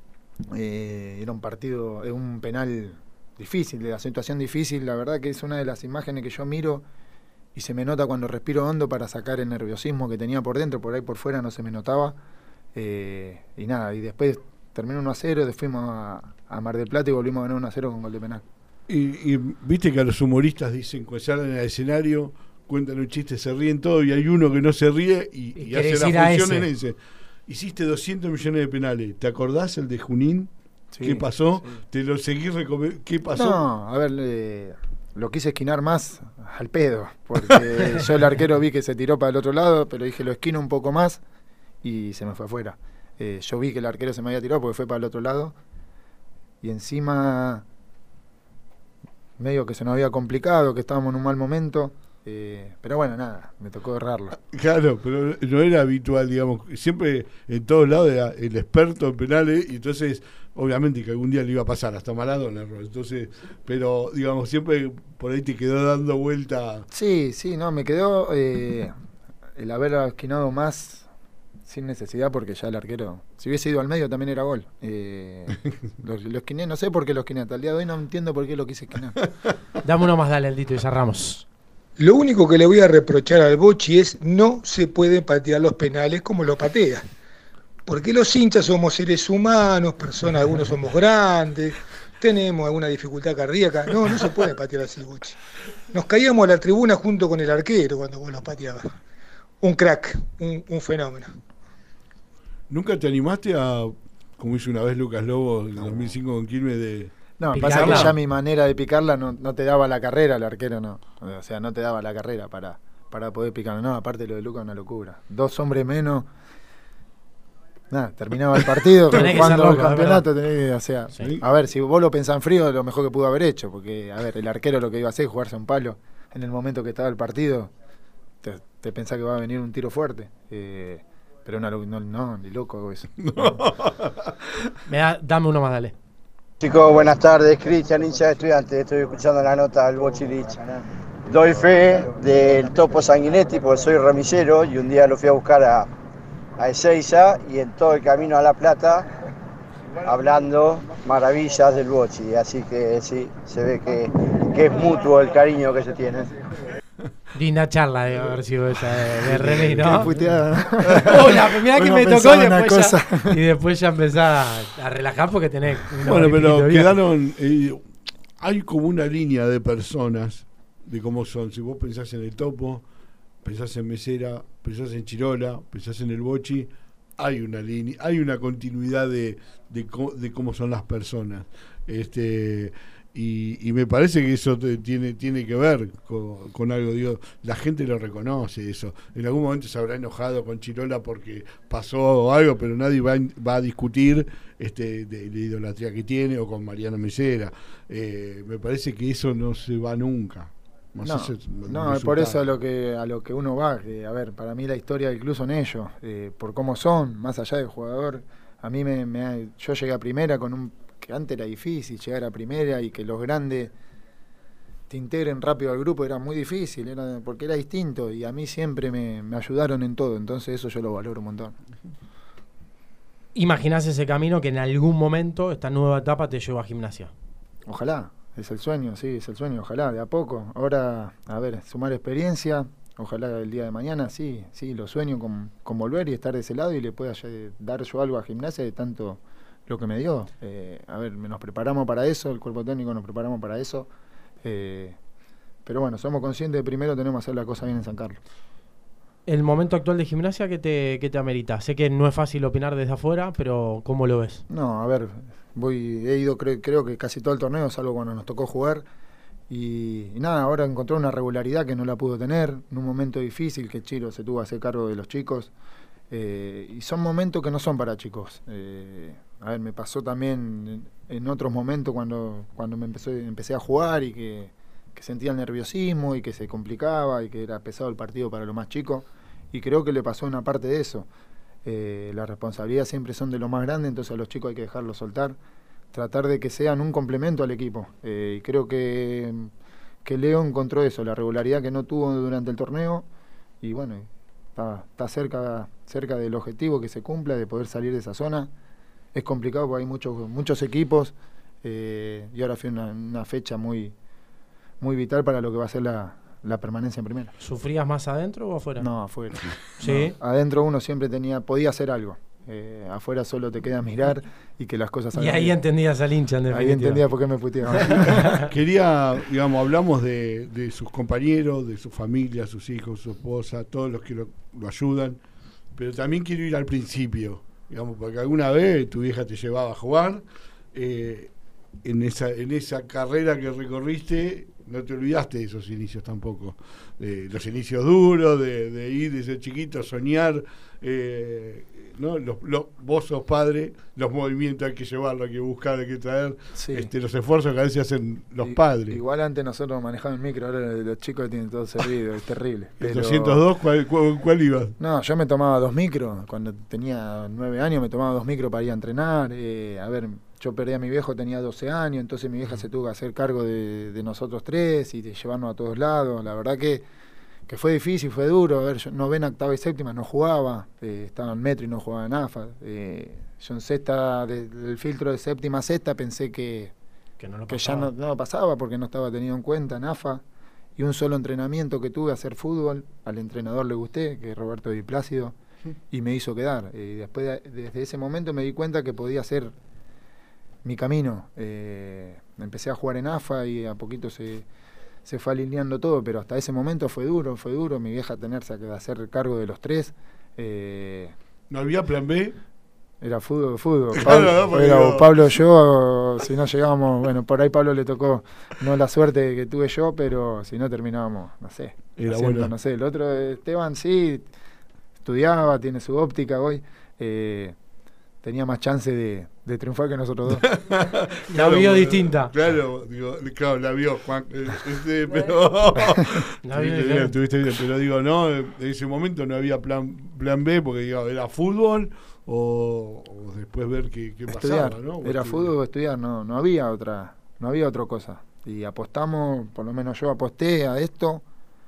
Era un partido, un penal difícil, de la situación difícil. La verdad que es una de las imágenes que yo miro y se me nota cuando respiro hondo para sacar el nerviosismo que tenía por dentro. Por ahí por fuera no se me notaba. Y nada, y después terminó 1-0, después fuimos a Mar del Plata y volvimos a ganar 1-0 con gol de penal. Y viste que a los humoristas dicen que salen al escenario, cuentan un chiste, se ríen todo y hay uno que no se ríe y hace la función en ese. Hiciste 200 millones de penales. ¿Te acordás el de Junín? Sí, ¿qué pasó? Sí. ¿Te lo seguís recomendando? ¿Qué pasó? No, a ver, lo quise esquinar más al pedo, porque yo el arquero vi que se tiró para el otro lado, pero dije lo esquino un poco más y se me fue afuera. Yo vi que el arquero se me había tirado porque fue para el otro lado y encima medio que se nos había complicado, que estábamos en un mal momento, pero bueno, nada, me tocó errarlo. Claro, pero no era habitual, digamos, siempre en todos lados era el experto en penales y entonces obviamente que algún día le iba a pasar, hasta Maradona error, entonces, pero digamos, siempre por ahí te quedó dando vuelta. Sí, no, me quedó el haber esquinado más sin necesidad, porque ya el arquero, si hubiese ido al medio también era gol. Lo esquiné, no sé por qué lo esquiné, hasta el día de hoy no entiendo por qué lo quise esquinar. Dame uno más, dale, Aldito, y cerramos. Lo único que le voy a reprochar al Bochi es no se pueden patear los penales como lo patea. Porque los hinchas somos seres humanos, personas, algunos somos grandes, tenemos alguna dificultad cardíaca. No se puede patear así, Bochi. Nos caíamos a la tribuna junto con el arquero cuando vos los pateabas. Un crack, un fenómeno. ¿Nunca te animaste a, como hizo una vez Lucas Lobo en el 2005 con Quilmes, de... No, pasa que ya mi manera de picarla no te daba la carrera, el arquero no. O sea, no te daba la carrera para poder picarla. No, aparte lo de Lucas es una locura. 2 hombres menos. Nada, terminaba el partido, jugando el campeonato. O sea, sí. A ver, si vos lo pensás en frío, lo mejor que pudo haber hecho. Porque, a ver, el arquero lo que iba a hacer es jugarse un palo. En el momento que estaba el partido, te pensás que va a venir un tiro fuerte. Pero no, ni loco hago eso. Dame uno más, dale. Chicos, buenas tardes, Cristian, hincha de Estudiantes. Estoy escuchando la nota del Bochi Lich. Doy fe del Topo Sanguinetti porque soy ramillero y un día lo fui a buscar a Ezeiza y en todo el camino a La Plata hablando maravillas del Bochi. Así que sí, se ve que es mutuo el cariño que se tienen. Linda charla debe haber sido esa de René, ¿no? Qué puteada. Mirá que me tocó y después ya empezás a relajar porque tenés... Bueno, pero quedaron... hay como una línea de personas, de cómo son. Si vos pensás en el Topo, pensás en Mesera, pensás en Chirola, pensás en el Bochi, hay una línea, hay una continuidad de cómo son las personas. Y me parece que eso tiene que ver con algo, digo, la gente lo reconoce eso. En algún momento se habrá enojado con Chirola porque pasó algo, pero nadie va a discutir de la idolatría que tiene, o con Mariano Mesera. Me parece que eso no se va nunca. No, por eso a lo que uno va, que, a ver, para mí la historia del club son ellos, por cómo son, más allá del jugador. A mí yo llegué a primera que antes era difícil llegar a primera y que los grandes te integren rápido al grupo era muy difícil, porque era distinto, y a mí siempre me ayudaron en todo, entonces eso yo lo valoro un montón. imaginás ese camino que en algún momento, esta nueva etapa, te lleva a Gimnasia. Ojalá, es el sueño, sí, es el sueño, ojalá, de a poco. Ahora, a ver, sumar experiencia, ojalá el día de mañana, sí, lo sueño con volver y estar de ese lado y le pueda dar yo algo a Gimnasia de tanto lo que me dio. A ver, nos preparamos para eso, el cuerpo técnico nos preparamos para eso. Pero bueno, somos conscientes de primero tenemos que hacer la cosa bien en San Carlos. El momento actual de Gimnasia, ¿qué te amerita? Sé que no es fácil opinar desde afuera, pero ¿cómo lo ves? No, a ver, he ido creo que casi todo el torneo, salvo cuando nos tocó jugar. Y nada, ahora encontré una regularidad que no la pudo tener, en un momento difícil que Chiro se tuvo que hacer cargo de los chicos. Y son momentos que no son para chicos. A ver, me pasó también en otros momentos cuando me empecé a jugar y que sentía el nerviosismo y que se complicaba y que era pesado el partido para los más chicos, y creo que le pasó una parte de eso. La responsabilidad siempre son de lo más grande, entonces a los chicos hay que dejarlos soltar, tratar de que sean un complemento al equipo, y creo que Leo encontró eso, la regularidad que no tuvo durante el torneo, y bueno, está cerca del objetivo que se cumpla, de poder salir de esa zona. Es complicado porque hay muchos equipos, y ahora fue una fecha muy vital para lo que va a ser la permanencia en primera. ¿Sufrías más adentro o afuera? No, afuera. ¿Sí? No, adentro uno siempre podía hacer algo. Afuera solo te queda mirar y que las cosas salgan. Y ahí bien. entendías al hincha, en definitiva. Ahí entendía por qué me puteaba. Quería, hablamos de sus compañeros, de su familia, sus hijos, su esposa, todos los que lo ayudan, pero también quiero ir al principio, porque alguna vez tu vieja te llevaba a jugar, en esa carrera que recorriste, no te olvidaste de esos inicios tampoco, de los inicios duros, de ir desde chiquito a soñar, ¿no? Vos sos padre, los movimientos hay que llevarlo, hay que buscar, hay que traer, sí. Los esfuerzos que a veces hacen los padres. Igual antes nosotros manejábamos el micro, ahora los chicos tienen todo servido, es terrible. ¿El 202 cuál ibas? No, yo me tomaba 2 micros, cuando tenía 9 años me tomaba 2 micros para ir a entrenar, a ver... Yo perdí a mi viejo, tenía 12 años, entonces mi vieja se tuvo que hacer cargo de nosotros 3 y de llevarnos a todos lados. La verdad que fue difícil, fue duro. A ver, yo novena, octava y séptima no jugaba, estaba en metro y no jugaba en AFA. Yo en sexta, del filtro de séptima a sexta, pensé que ya no pasaba porque no estaba tenido en cuenta en AFA. Y un solo entrenamiento que tuve, hacer fútbol, al entrenador le gusté, que es Roberto Di Plácido, y me hizo quedar. Después, desde ese momento me di cuenta que podía hacer mi camino. Empecé a jugar en AFA y a poquito se fue alineando todo, pero hasta ese momento fue duro, mi vieja tenerse que hacer cargo de los 3. ¿No había plan B? Era fútbol. Pablo, yo, si no llegábamos, bueno, por ahí Pablo le tocó no la suerte que tuve yo, pero si no terminábamos, no sé. Era bueno. No sé, el otro, Esteban, sí, estudiaba, tiene su óptica hoy. Tenía más chance de triunfar que nosotros dos. La vio distinta. Claro, la vio Juan. Pero estuviste bien, pero digo, no, en ese momento no había plan B porque era fútbol o después ver qué estudiar, pasaba, ¿no? Era fútbol o estudiar, no había otra cosa. Y apostamos, por lo menos yo aposté a esto.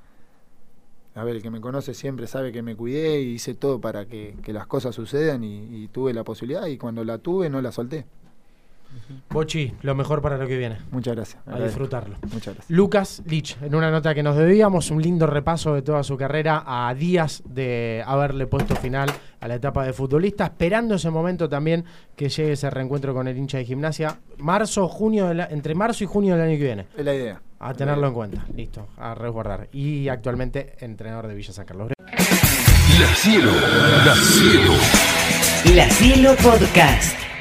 A ver, el que me conoce siempre sabe que me cuidé y hice todo para que las cosas sucedan y tuve la posibilidad y cuando la tuve no la solté. Bochi, lo mejor para lo que viene. Muchas gracias. A disfrutarlo. Muchas gracias. Lucas Lich, en una nota que nos debíamos, un lindo repaso de toda su carrera a días de haberle puesto final a la etapa de futbolista, esperando ese momento también que llegue ese reencuentro con el hincha de Gimnasia. Entre marzo y junio del año que viene. Es la idea. A tenerlo en cuenta. Listo, a resguardar. Y actualmente entrenador de Villa San Carlos. La Cielo Podcast.